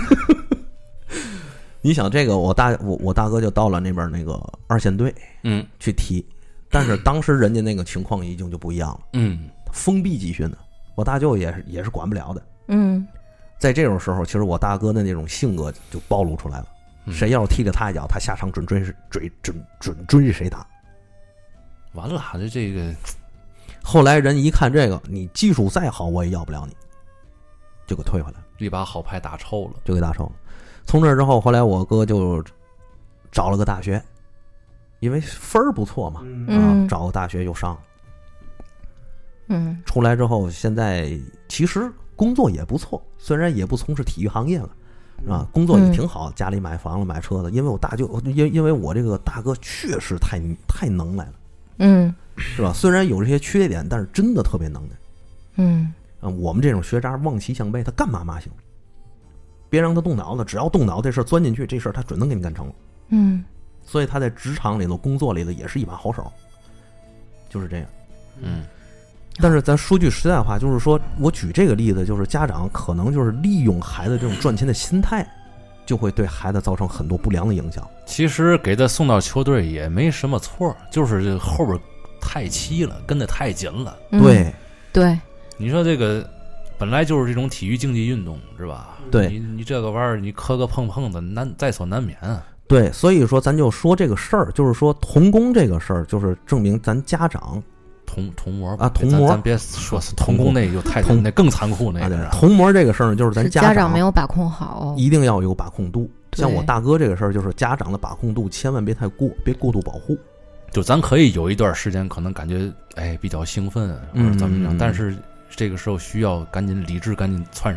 你想这个，我大哥就到了那边那个2线队，去踢，但是当时人家那个情况已经就不一样了，封闭集训的，我大舅也是管不了的，在这种时候，其实我大哥的那种性格就暴露出来了。谁要是踢了他一脚，他下场准追谁打。 完了，这个。 后来人一看这个，你技术再好，我也要不了你，就给退回来了。 一把好牌打臭了， 就给打臭了。从这之后，后来我哥就找了个大学，因为分儿不错嘛，找个大学又上了。出来之后，现在其实工作也不错，虽然也不从事体育行业了，啊，工作也挺好，家里买房了，买车了。因为我大舅，因为我这个大哥确实太能耐了，是吧？虽然有这些缺点，但是真的特别能耐。我们这种学渣望其项背，他干嘛行？别让他动脑子，只要动脑这事儿钻进去，这事儿他准能给你干成了。所以他在职场里头、工作里头也是一把好手，就是这样。但是咱说句实在话，就是说我举这个例子，就是家长可能就是利用孩子这种赚钱的心态，就会对孩子造成很多不良的影响。 其实给他送到球队也没什么错，就是这后边太齐了，跟得太紧了。 对， 你说这个本来就是这种体育竞技运动，是吧？ 对， 你这个玩意儿，你磕磕碰碰的，在所难免啊。 对，所以说咱就说这个事儿，就是说童工这个事儿，就是证明咱家长。 童模啊，童模， 咱别说童工那就太那更残酷那个。 童模这个事儿就是咱家长没有把控好， 一定要有把控度。像我大哥这个事儿，就是家长的把控度千万别太过，别过度保护。 就咱可以有一段时间可能感觉比较兴奋或者怎么样，但是这个时候需要赶紧理智赶紧窜上来。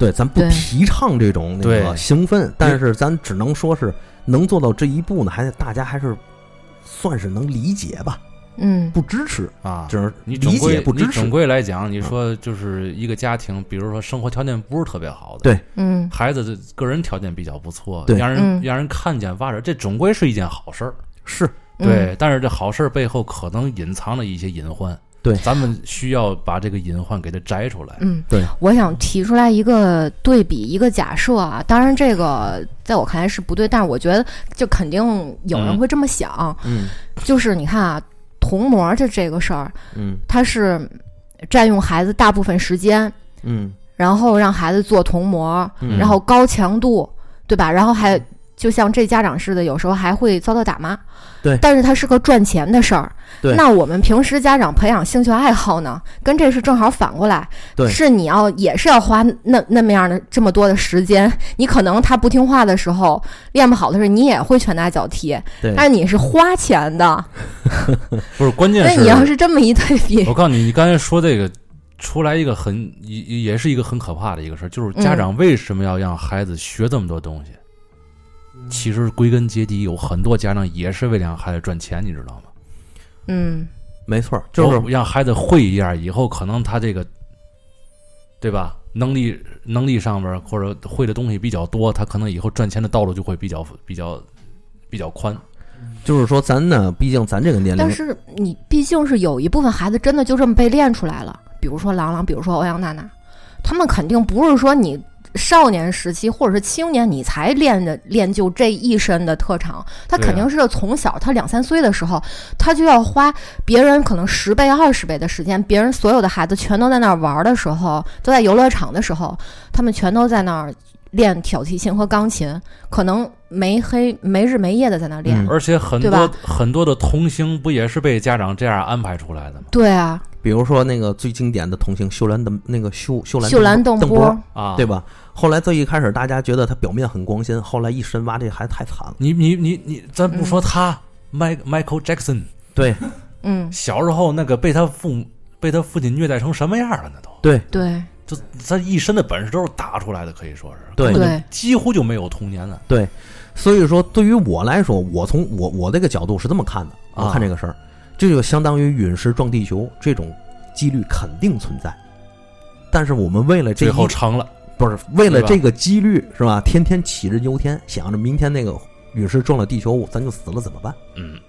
对，咱不提倡这种那个兴奋，但是咱只能说是能做到这一步呢，大家还是算是能理解吧。不支持啊， 就是理解不支持。 你总归来讲，你说就是一个家庭，比如说生活条件不是特别好的， 对， 孩子的个人条件比较不错， 对， 让人看见挖着，这总归是一件好事儿， 是对。但是这好事背后可能隐藏了一些隐患， 对， 咱们需要把这个隐患给它摘出来。 对， 我想提出来一个对比，一个假设啊，当然这个在我看来是不对，但是我觉得就肯定有人会这么想，就是你看啊。童模这个事儿，它是占用孩子大部分时间，然后让孩子做童模，然后高强度，对吧？然后还就像这家长似的，有时候还会遭到打骂， 对。 但是它是个赚钱的事儿， 对。 那我们平时家长培养兴趣爱好呢，跟这是正好反过来， 对， 是你也是要花那么样的这么多的时间，你可能他不听话的时候，练不好的时候，你也会拳打脚踢， 对。 但是你是花钱的， 不是关键是， 那你要是这么一对比， 我告诉你，你刚才说这个。出来一个也是一个很可怕的一个事儿，就是家长为什么要让孩子学这么多东西？其实归根结底，有很多家长也是为了让孩子赚钱，你知道吗？ 没错，就是让孩子会一样，以后可能他这个，对吧？能力上面或者会的东西比较多，他可能以后赚钱的道路就会比较宽。 就是说，咱呢，毕竟咱这个年龄， 但是你毕竟是有一部分孩子真的就这么被练出来了，比如说郎朗，比如说欧阳娜娜，他们肯定不是说你少年时期或者是青年你才练就这一身的特长，他肯定是从小他2、3岁的时候，他就要花别人可能10倍、20倍的时间，别人所有的孩子全都在那儿玩的时候，都在游乐场的时候，他们全都在那儿练挑提琴和钢琴，可能没日没夜的在那练， 而且很多的童星不也是被家长这样安排出来的吗？ 对啊， 比如说那个最经典的童星秀兰邓波啊， 对吧？后来最一开始大家觉得他表面很光鲜，后来一深挖这孩子太惨了。 你咱不说他，Michael Jackson， 对， 小时候那个被他父亲虐待成什么样了呢？都对。 就他一身的本事都是打出来的，可以说是对， 几乎就没有童年了。 对，所以说对于我来说，我从我这个角度是这么看的，我看这个事儿，这就相当于陨石撞地球这种几率肯定存在，但是我们为了最后成了， 不是为了这个几率是吧？天天杞人忧天，想着明天那个陨石撞了地球，咱就死了怎么办？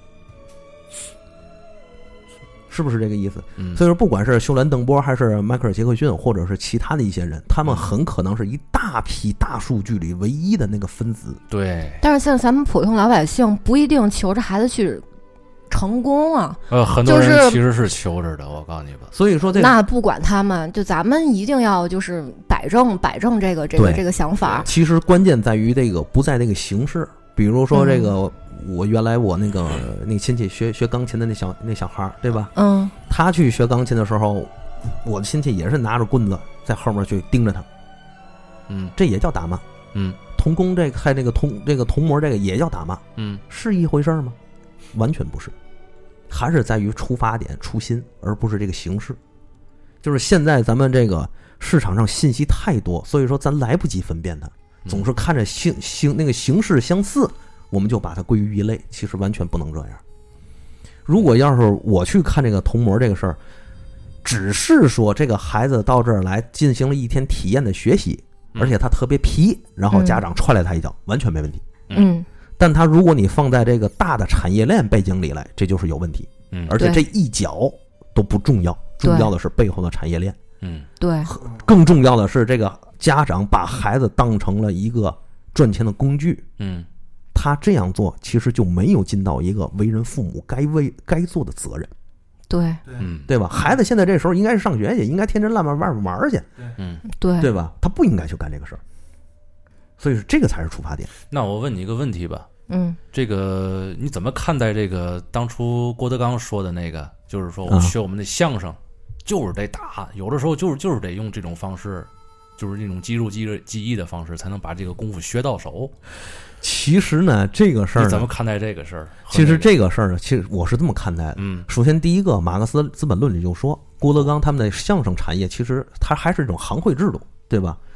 是不是这个意思？所以说，不管是休兰邓波还是迈克尔杰克逊，或者是其他的一些人，他们很可能是一大批大数据里唯一的那个分子。 对。 但是像咱们普通老百姓，不一定求着孩子去成功啊。 很多人其实是求着的，我告诉你吧。 所以说那不管他们，就咱们一定要就是摆正这个想法。 其实关键在于这个不在这个形式，比如说这个。我原来我那个亲戚学钢琴的那小孩，对吧？他去学钢琴的时候，我的亲戚也是拿着棍子在后面去盯着他。这也叫打骂。童工这个还这个童模这个也叫打骂。是一回事吗？完全不是，还是在于出发点初心，而不是这个形式。就是现在咱们这个市场上信息太多，所以说咱来不及分辨它，总是看着那个形式相似。我们就把它归于一类，其实完全不能这样。如果要是我去看这个童模这个事儿，只是说这个孩子到这儿来进行了1天体验的学习，而且他特别皮，然后家长踹了他一脚，完全没问题。但他如果你放在这个大的产业链背景里来，这就是有问题。而且这一脚都不重要，重要的是背后的产业链。 对， 更重要的是这个家长把孩子当成了一个赚钱的工具。他这样做其实就没有尽到一个为人父母该做的责任。对吧？孩子现在这时候应该是上学去，应该天真烂漫外面玩去。对吧？他不应该去干这个事儿。所以这个才是出发点。 那我问你一个问题吧。这个你怎么看待这个当初郭德纲说的那个，就是说我学我们的相声就是得打，有的时候就是得用这种方式，就是那种肌肉记忆的方式，才能把这个功夫学到手。 其实呢，这个事儿你怎么看待这个事儿？ 其实这个事儿呢，其实我是这么看待的。首先第一个，马克思资本论里就说，郭德纲他们的相声产业其实它还是一种行会制度，对吧？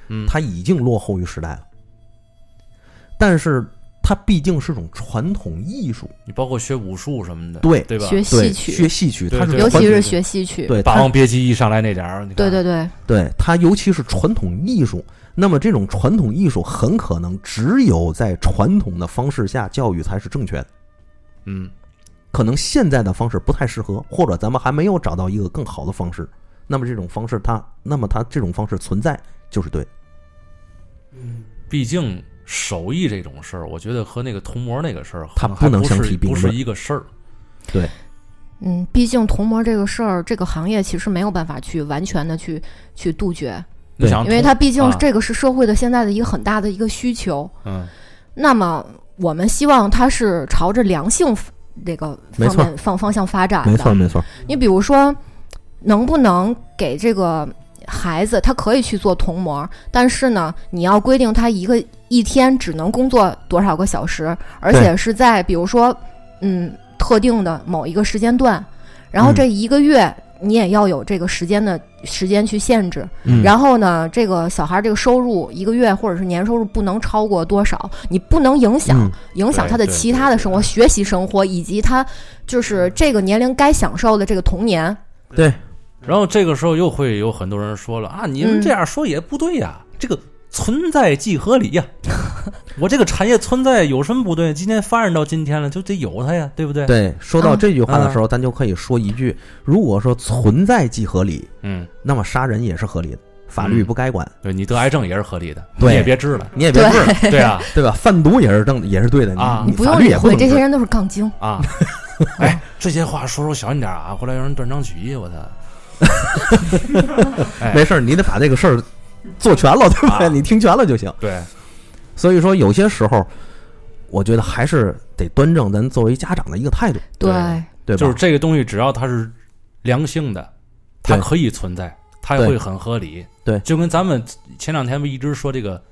它已经落后于时代了。但是它毕竟是种传统艺术， 你包括学武术什么的， 对吧？ 学戏曲， 学戏曲，它是尤其是学戏曲， 对， 霸王别姬一上来那点儿， 对，它尤其是传统艺术。那么这种传统艺术很可能只有在传统的方式下教育才是正确的。可能现在的方式不太适合，或者咱们还没有找到一个更好的方式。那么这种方式它这种方式存在就是对。 毕竟手艺这种事儿，我觉得和那个铜模那个事儿， 它不能相提并论， 不是一个事儿。 对。 毕竟铜模这个事儿，这个行业其实没有办法去完全的去杜绝。 对， 因为它毕竟这个是社会的现在的一个很大的一个需求。那么我们希望它是朝着良性这个方向发展的。 没错。 你比如说，能不能给这个孩子，他可以去做铜模，但是呢，你要规定他一天只能工作多少个小时，而且是在比如说特定的某一个时间段，然后这一个月。你也要有这个时间去限制，然后呢，这个小孩这个收入一个月或者是年收入不能超过多少，你不能影响他的其他的生活、学习生活，以及他就是这个年龄该享受的这个童年。 对， 然后这个时候又会有很多人说了啊，你们这样说也不对呀，这个存在即合理呀。我这个产业存在有什么不对？今天发展到今天了，就得有它呀，对不对？ 对，说到这句话的时候，咱就可以说一句：如果说存在即合理，那么杀人也是合理的，法律不该管。 对，你得癌症也是合理的， 对， 你也别治了， 你也别治了， 对啊， 对吧？贩毒也是对的啊， 你不用理会，这些人都是杠精啊。哎，这些话说小心点啊，回来有人断章取义，我操！ 没事，你得把这个事儿做全了，对不对？你听全了就行。 对。 所以说，有些时候，我觉得还是得端正咱作为家长的一个态度， 对吧？ 就是这个东西，只要它是良性的，它可以存在，它也会很合理。 对， 就跟咱们前两天不一直说这个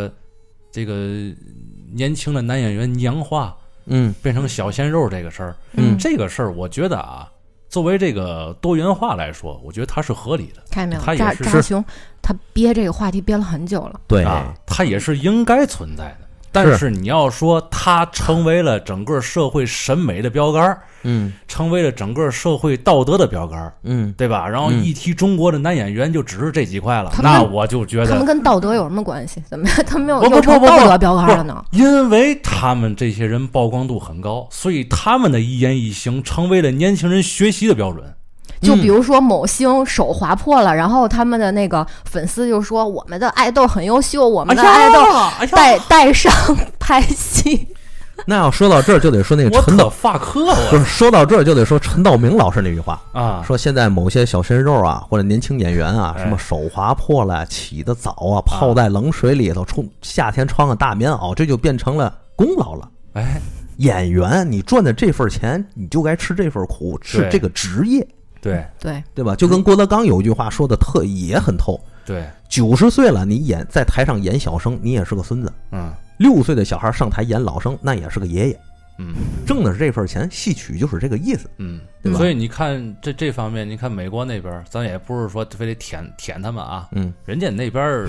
年轻的男演员娘化，变成小鲜肉这个事儿，这个事儿，我觉得啊，作为这个多元化来说，我觉得它是合理的。 看见没有？ 他也是扎熊，他憋这个话题憋了很久了。 对啊，他也是应该存在的。但是你要说它成为了整个社会审美的标杆，成为了整个社会道德的标杆，对吧？然后一提中国的男演员就只是这几块了，那我就觉得他们跟道德有什么关系？怎么他们又成道德标杆了呢？ 因为他们这些人曝光度很高，所以他们的一言一行成为了年轻人学习的标准。 就比如说某星手划破了，然后他们的那个粉丝就说我们的爱豆很优秀，我们的爱豆带上拍戏。 那要说到这儿，就得说那个陈道发科， 不是说到这儿就得说陈道明老师那句话啊， 说现在某些小鲜肉啊或者年轻演员啊，什么手划破了、起得早啊、泡在冷水里头、夏天穿个大棉袄，这就变成了功劳了。 哎， 演员你赚的这份钱，你就该吃这份苦，是这个职业。对吧？就跟郭德纲有一句话说的也很透。 对 ，90岁了，你在台上演小生，你也是个孙子。6岁的小孩上台演老生，那也是个爷爷。挣的是这份钱，戏曲就是这个意思。对吧？ 所以你看这方面，你看美国那边，咱也不是说非得舔他们啊。人家那边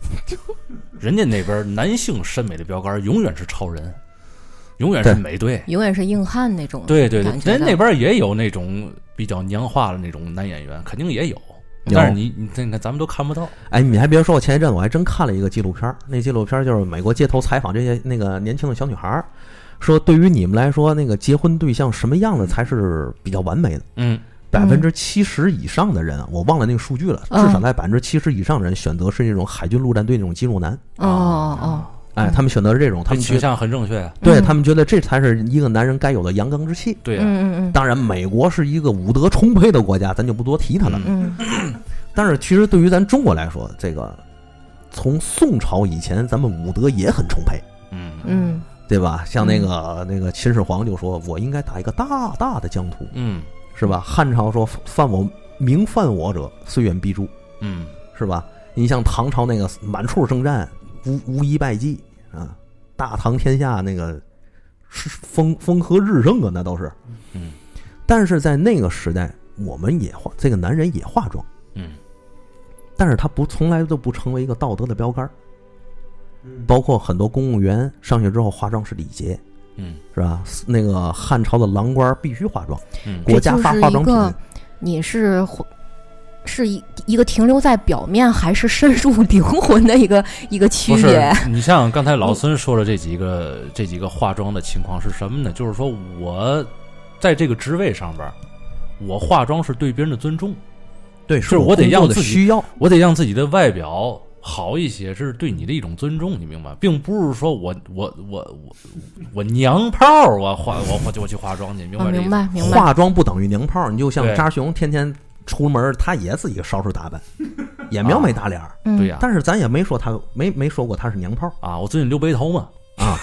男性审美的标杆永远是超人。永远是美队， 永远是硬汉那种。 对，人那边也有那种比较娘化的那种男演员，肯定也有。但是你看咱们都看不到。 哎，你还别说，我前一阵我还真看了一个纪录片，那纪录片就是美国街头采访这些那个年轻的小女孩，说对于你们来说，那个结婚对象什么样的才是比较完美的？70%以上的人啊，我忘了那个数据了，至少在70%以上的人选择是那种海军陆战队那种肌肉男。哎，他们选择是这种，他们倾向很正确。 对，他们觉得这才是一个男人该有的阳刚之气。 对当然，美国是一个武德充沛的国家，咱就不多提它了。但是，其实对于咱中国来说，这个从宋朝以前，咱们武德也很充沛。对吧？像那个秦始皇就说：“我应该打一个大大的疆土。”是吧？汉朝说：“明犯我者，虽远必诛。”是吧？你像唐朝那个满处征战。无一败绩啊！大唐天下那个风和日盛啊，那都是。但是在那个时代，我们这个男人也化妆。 但是它从来都不成为一个道德的标杆。包括很多公务员上去之后化妆是礼节，是吧？那个汉朝的郎官必须化妆，国家发化妆品。 你是一个停留在表面还是深入灵魂的一个区别？ 你像刚才老孙说的这几个化妆的情况是什么呢？就是说我在这个职位上边，我化妆是对别人的尊重， 对， 是我得让自己需要， 我得让自己的外表好一些，这是对你的一种尊重，你明白？并不是说我娘炮我去化妆去，明白？ 明白。 化妆不等于娘炮，你就像扎熊天天出门，他也自己捎饬打扮，也描眉打脸， 对呀。 但是咱也没说他没说过他是娘炮啊。我最近留背头嘛， 啊，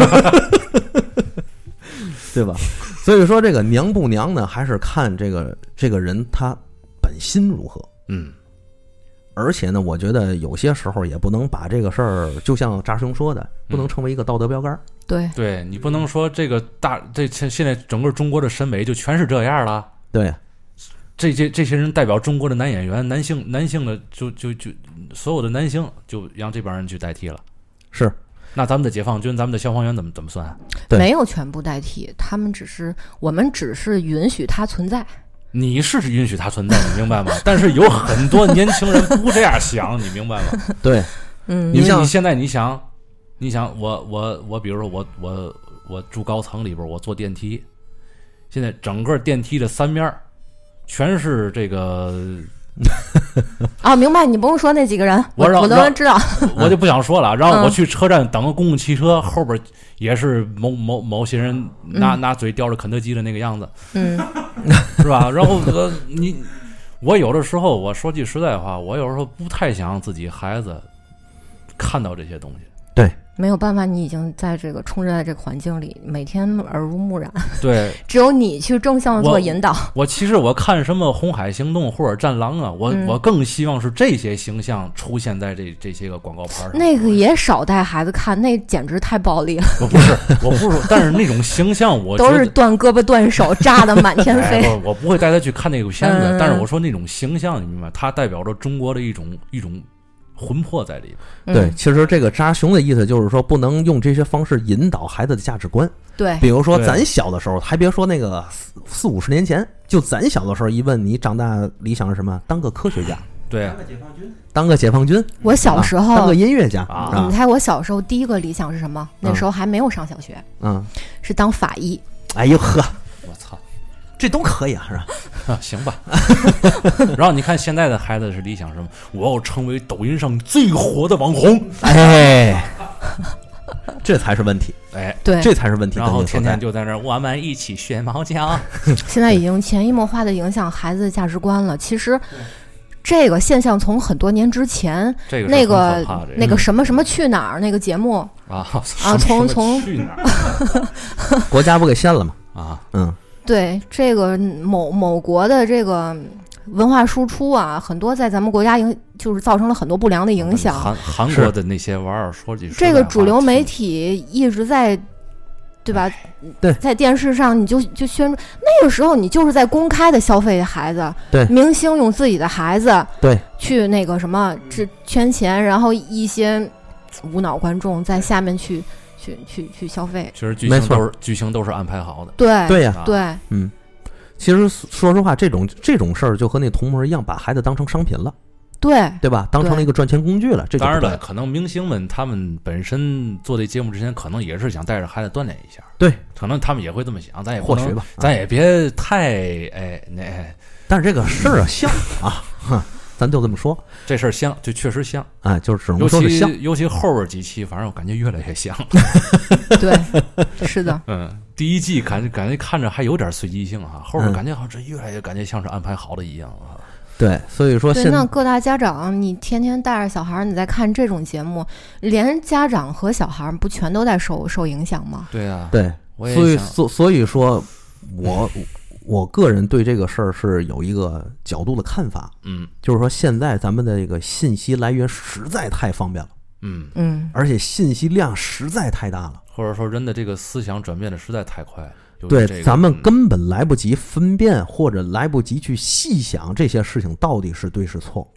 对吧？所以说这个娘不娘呢，还是看这个人他本心如何。而且呢，我觉得有些时候也不能把这个事儿，就像扎兄说的，不能成为一个道德标杆。 对， 你不能说这个现在整个中国的审美就全是这样了。 对， 这些人代表中国的男演员，男性的就所有的男性就让这帮人去代替了。 是， 那咱们的解放军，咱们的消防员怎么算？ 没有全部代替，我们只是允许它存在。 你是允许它存在，你明白吗？但是有很多年轻人不这样想，你明白吗？ 对， 因为你现在你想我比如说我住高层里边，我坐电梯，现在整个电梯的三面全是这个啊，明白？你不用说那几个人，我都知道， 我就不想说了。然后我去车站等个公共汽车，后边也是某些人拿嘴叼着肯德基的那个样子，是吧？然后我有的时候，我说句实在话，我有时候不太想让自己孩子看到这些东西。 对， 没有办法，你已经在这个充斥在这个环境里，每天耳濡目染。 对， 只有你去正向做引导。 其实我看什么《红海行动》或者《战狼》啊，我更希望是这些形象出现在这些个广告牌上。 那个也少带孩子看，那简直太暴力了。 我不是，但是那种形象我都是断胳膊断手，炸得满天飞。 我不会带他去看那个片子，但是我说那种形象，你明白？它代表着中国的一种魂魄在里边。 对，其实这个扎熊的意思就是说，不能用这些方式引导孩子的价值观。 对， 比如说咱小的时候，还别说那个40-50年前，就咱小的时候，一问你长大理想是什么？当个科学家。 对， 当个解放军。 我小时候当个音乐家。 你猜我小时候第一个理想是什么？那时候还没有上小学。是当法医。 哎呦呵， 我操！ 这都可以啊，是吧？ 行吧。然后你看现在的孩子是理想什么？我要成为抖音上最火的网红。 哎，这才是问题。 哎， 对， 这才是问题。 然后天天就在那儿，我们一起学猫叫。 现在已经潜移默化的影响孩子的价值观了。其实这个现象从很多年之前，那个什么什么去哪儿那个节目从去哪儿， 国家不给限了吗？ 对，这个某国的这个文化输出啊，很多在咱们国家就是造成了很多不良的影响。 韩国的那些玩意儿，说句这个主流媒体一直在，对吧？ 对， 在电视上你就宣传，那个时候你就是在公开的消费孩子。 对， 明星用自己的孩子对去那个什么圈钱，然后一些无脑观众在下面去消费。 其实剧情都是安排好的。 对呀， 对， 其实说实话，这种事儿就和那童模一样，把孩子当成商品了。对吧？当成了一个赚钱工具了。这当然了，可能明星们他们本身做这节目之前，可能也是想带着孩子锻炼一下。 对， 可能他们也会这么想。咱也或许吧， 咱也别太但是这个事儿像咱就这么说， 这事儿像，就确实像就是只能说是像。 尤其后边几期，反正我感觉越来越像。 对，是的。 第一季感觉看着还有点随机性哈，后边感觉好像这越来越感觉像是安排好的一样啊。 对，所以说那各大家长，你天天带着小孩，你在看这种节目，连家长和小孩不全都在受影响吗？ 对啊， 对，所以说我个人对这个事儿是有一个角度的看法，就是说现在咱们的这个信息来源实在太方便了，而且信息量实在太大了， 或者说人的这个思想转变的实在太快了。 对，咱们根本来不及分辨，或者来不及去细想这些事情到底是对是错。 这个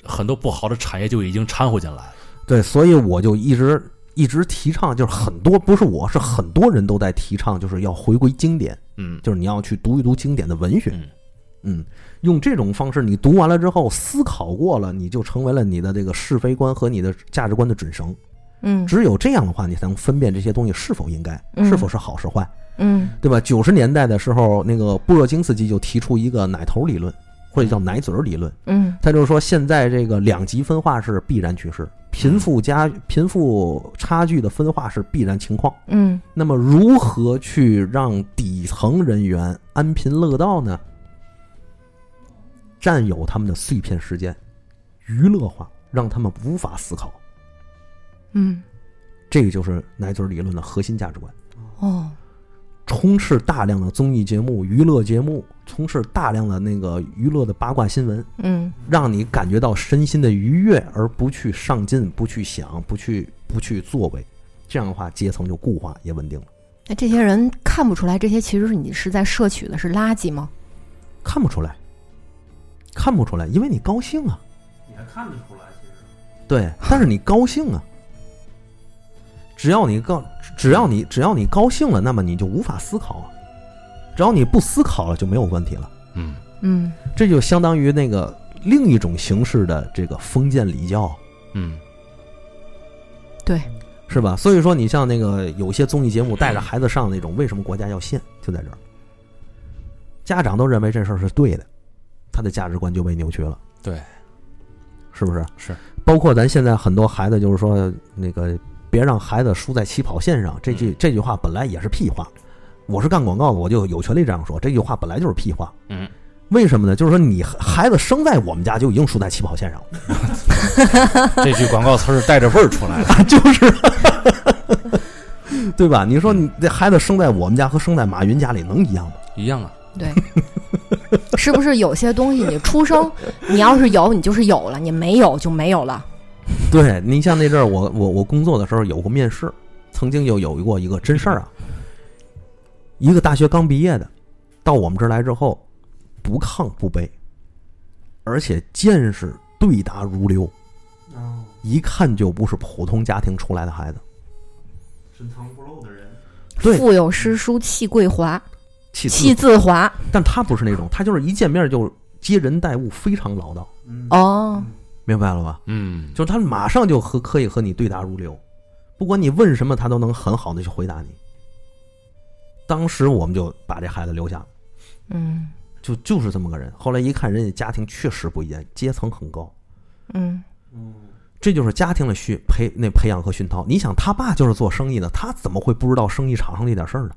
很多不好的产业就已经掺和进来了。 对，所以我就一直提倡，就是很多不是我是很多人都在提倡，就是要回归经典，就是你要去读一读经典的文学，用这种方式，你读完了之后思考过了，你就成为了你的这个是非观和你的价值观的准绳，只有这样的话，你才能分辨这些东西是否应该，是否是好是坏，对吧？90年代的时候，那个布热津斯基就提出一个奶头理论，或者叫奶嘴理论，他就是说现在这个两极分化是必然趋势，贫富差距的分化是必然情况，那么如何去让底层人员安贫乐道呢？占有他们的碎片时间，娱乐化，让他们无法思考。这个就是奶嘴理论的核心价值观。充斥大量的综艺节目、娱乐节目，充斥大量的那个娱乐的八卦新闻，让你感觉到身心的愉悦，而不去上进，不去想，不去作为。这样的话，阶层就固化也稳定了。 那这些人看不出来，这些其实你是在摄取的是垃圾吗？ 看不出来。看不出来，因为你高兴啊。 你还看得出来，其实。 对，但是你高兴啊。只要你高兴了，那么你就无法思考啊。只要你不思考了，就没有问题了。这就相当于那个另一种形式的这个封建礼教。 对， 是吧？所以说，你像那个有些综艺节目带着孩子上那种，为什么国家要限？就在这儿，家长都认为这事儿是对的。他的价值观就被扭曲了， 对， 是不是？ 是， 包括咱现在很多孩子，就是说那个别让孩子输在起跑线上，这句话本来也是屁话。我是干广告的，我就有权利这样说，这句话本来就是屁话。为什么呢？就是说你孩子生在我们家就已经输在起跑线上了。 这句广告词是带着味儿出来的， 就是，对吧？你说你这孩子生在我们家和生在马云家里能一样吗？ 一样啊。 对，是不是有些东西你出生，你要是有，你就是有了；你没有就没有了。 对，你像那阵儿我工作的时候有过面试，曾经有过一个真事儿啊。一个大学刚毕业的，到我们这儿来之后，不亢不卑，而且见识对答如流，一看就不是普通家庭出来的孩子， 深藏不露的人。 对， 腹有诗书气贵华。气自华， 但他不是那种，他就是一见面就接人待物非常老道。明白了吧？就是他马上就可以和你对答如流，不管你问什么，他都能很好的去回答你。当时我们就把这孩子留下了。就是这么个人。后来一看，人家家庭确实不一样，阶层很高。这就是家庭的培养和熏陶。你想，他爸就是做生意的，他怎么会不知道生意场上那点事儿呢？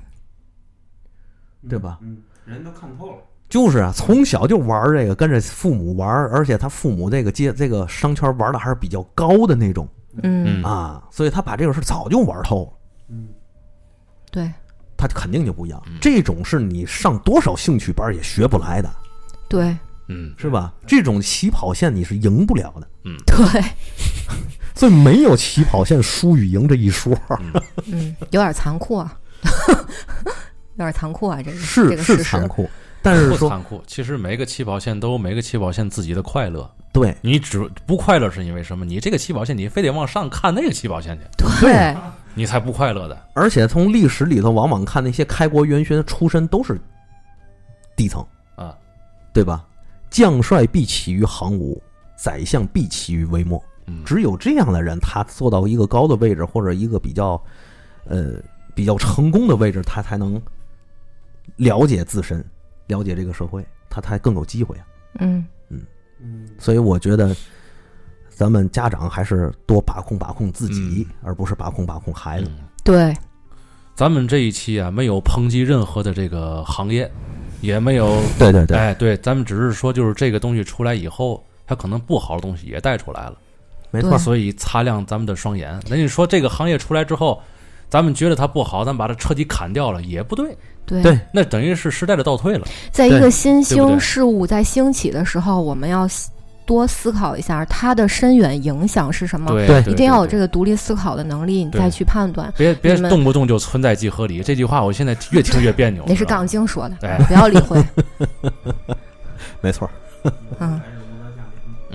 对吧？ 人都看透了。 就是啊，从小就玩这个，跟着父母玩，而且他父母这个商圈玩的还是比较高的那种，所以他把这个事早就玩透了。 对， 他肯定就不一样。这种是你上多少兴趣班也学不来的。 对， 是吧？这种起跑线你是赢不了的。 对， 所以没有起跑线输与赢这一说。 有点残酷啊。有点残酷啊，这个是残酷，但是说不残酷。其实每个起跑线都有每个起跑线自己的快乐。 对， 你只不快乐是因为什么？你这个起跑线你非得往上看那个起跑线去， 对， 你才不快乐的。 而且从历史里头往往看那些开国元勋出身都是底层啊， 对吧？将帅必起于行伍，宰相必起于微末。只有这样的人，他做到一个高的位置或者一个比较成功的位置，他才能了解自身，了解这个社会，他才更有机会啊。所以我觉得咱们家长还是多把控自己，而不是把控孩子。 对， 咱们这一期啊，没有抨击任何的这个行业，也没有对，咱们只是说，就是这个东西出来以后，它可能不好的东西也带出来了， 没错。 所以擦亮咱们的双眼。那你说这个行业出来之后，咱们觉得它不好，咱把它彻底砍掉了也不对。 对， 那等于是时代的倒退了。 在一个新兴事物在兴起的时候，我们要多思考一下它的深远影响是什么。 对， 一定要有这个独立思考的能力，你再去判断。 别动不动就存在即合理，这句话我现在越听越别扭。 那是杠精说的，不要理会。 没错。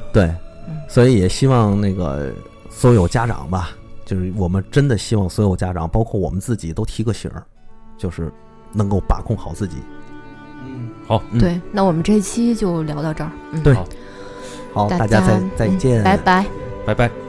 对，所以也希望那个所有家长吧，就是我们真的希望所有家长，包括我们自己都提个醒儿，就是能够把控好自己。 好， 对，那我们这一期就聊到这儿。 对，好，大家再见， 拜拜， 拜拜。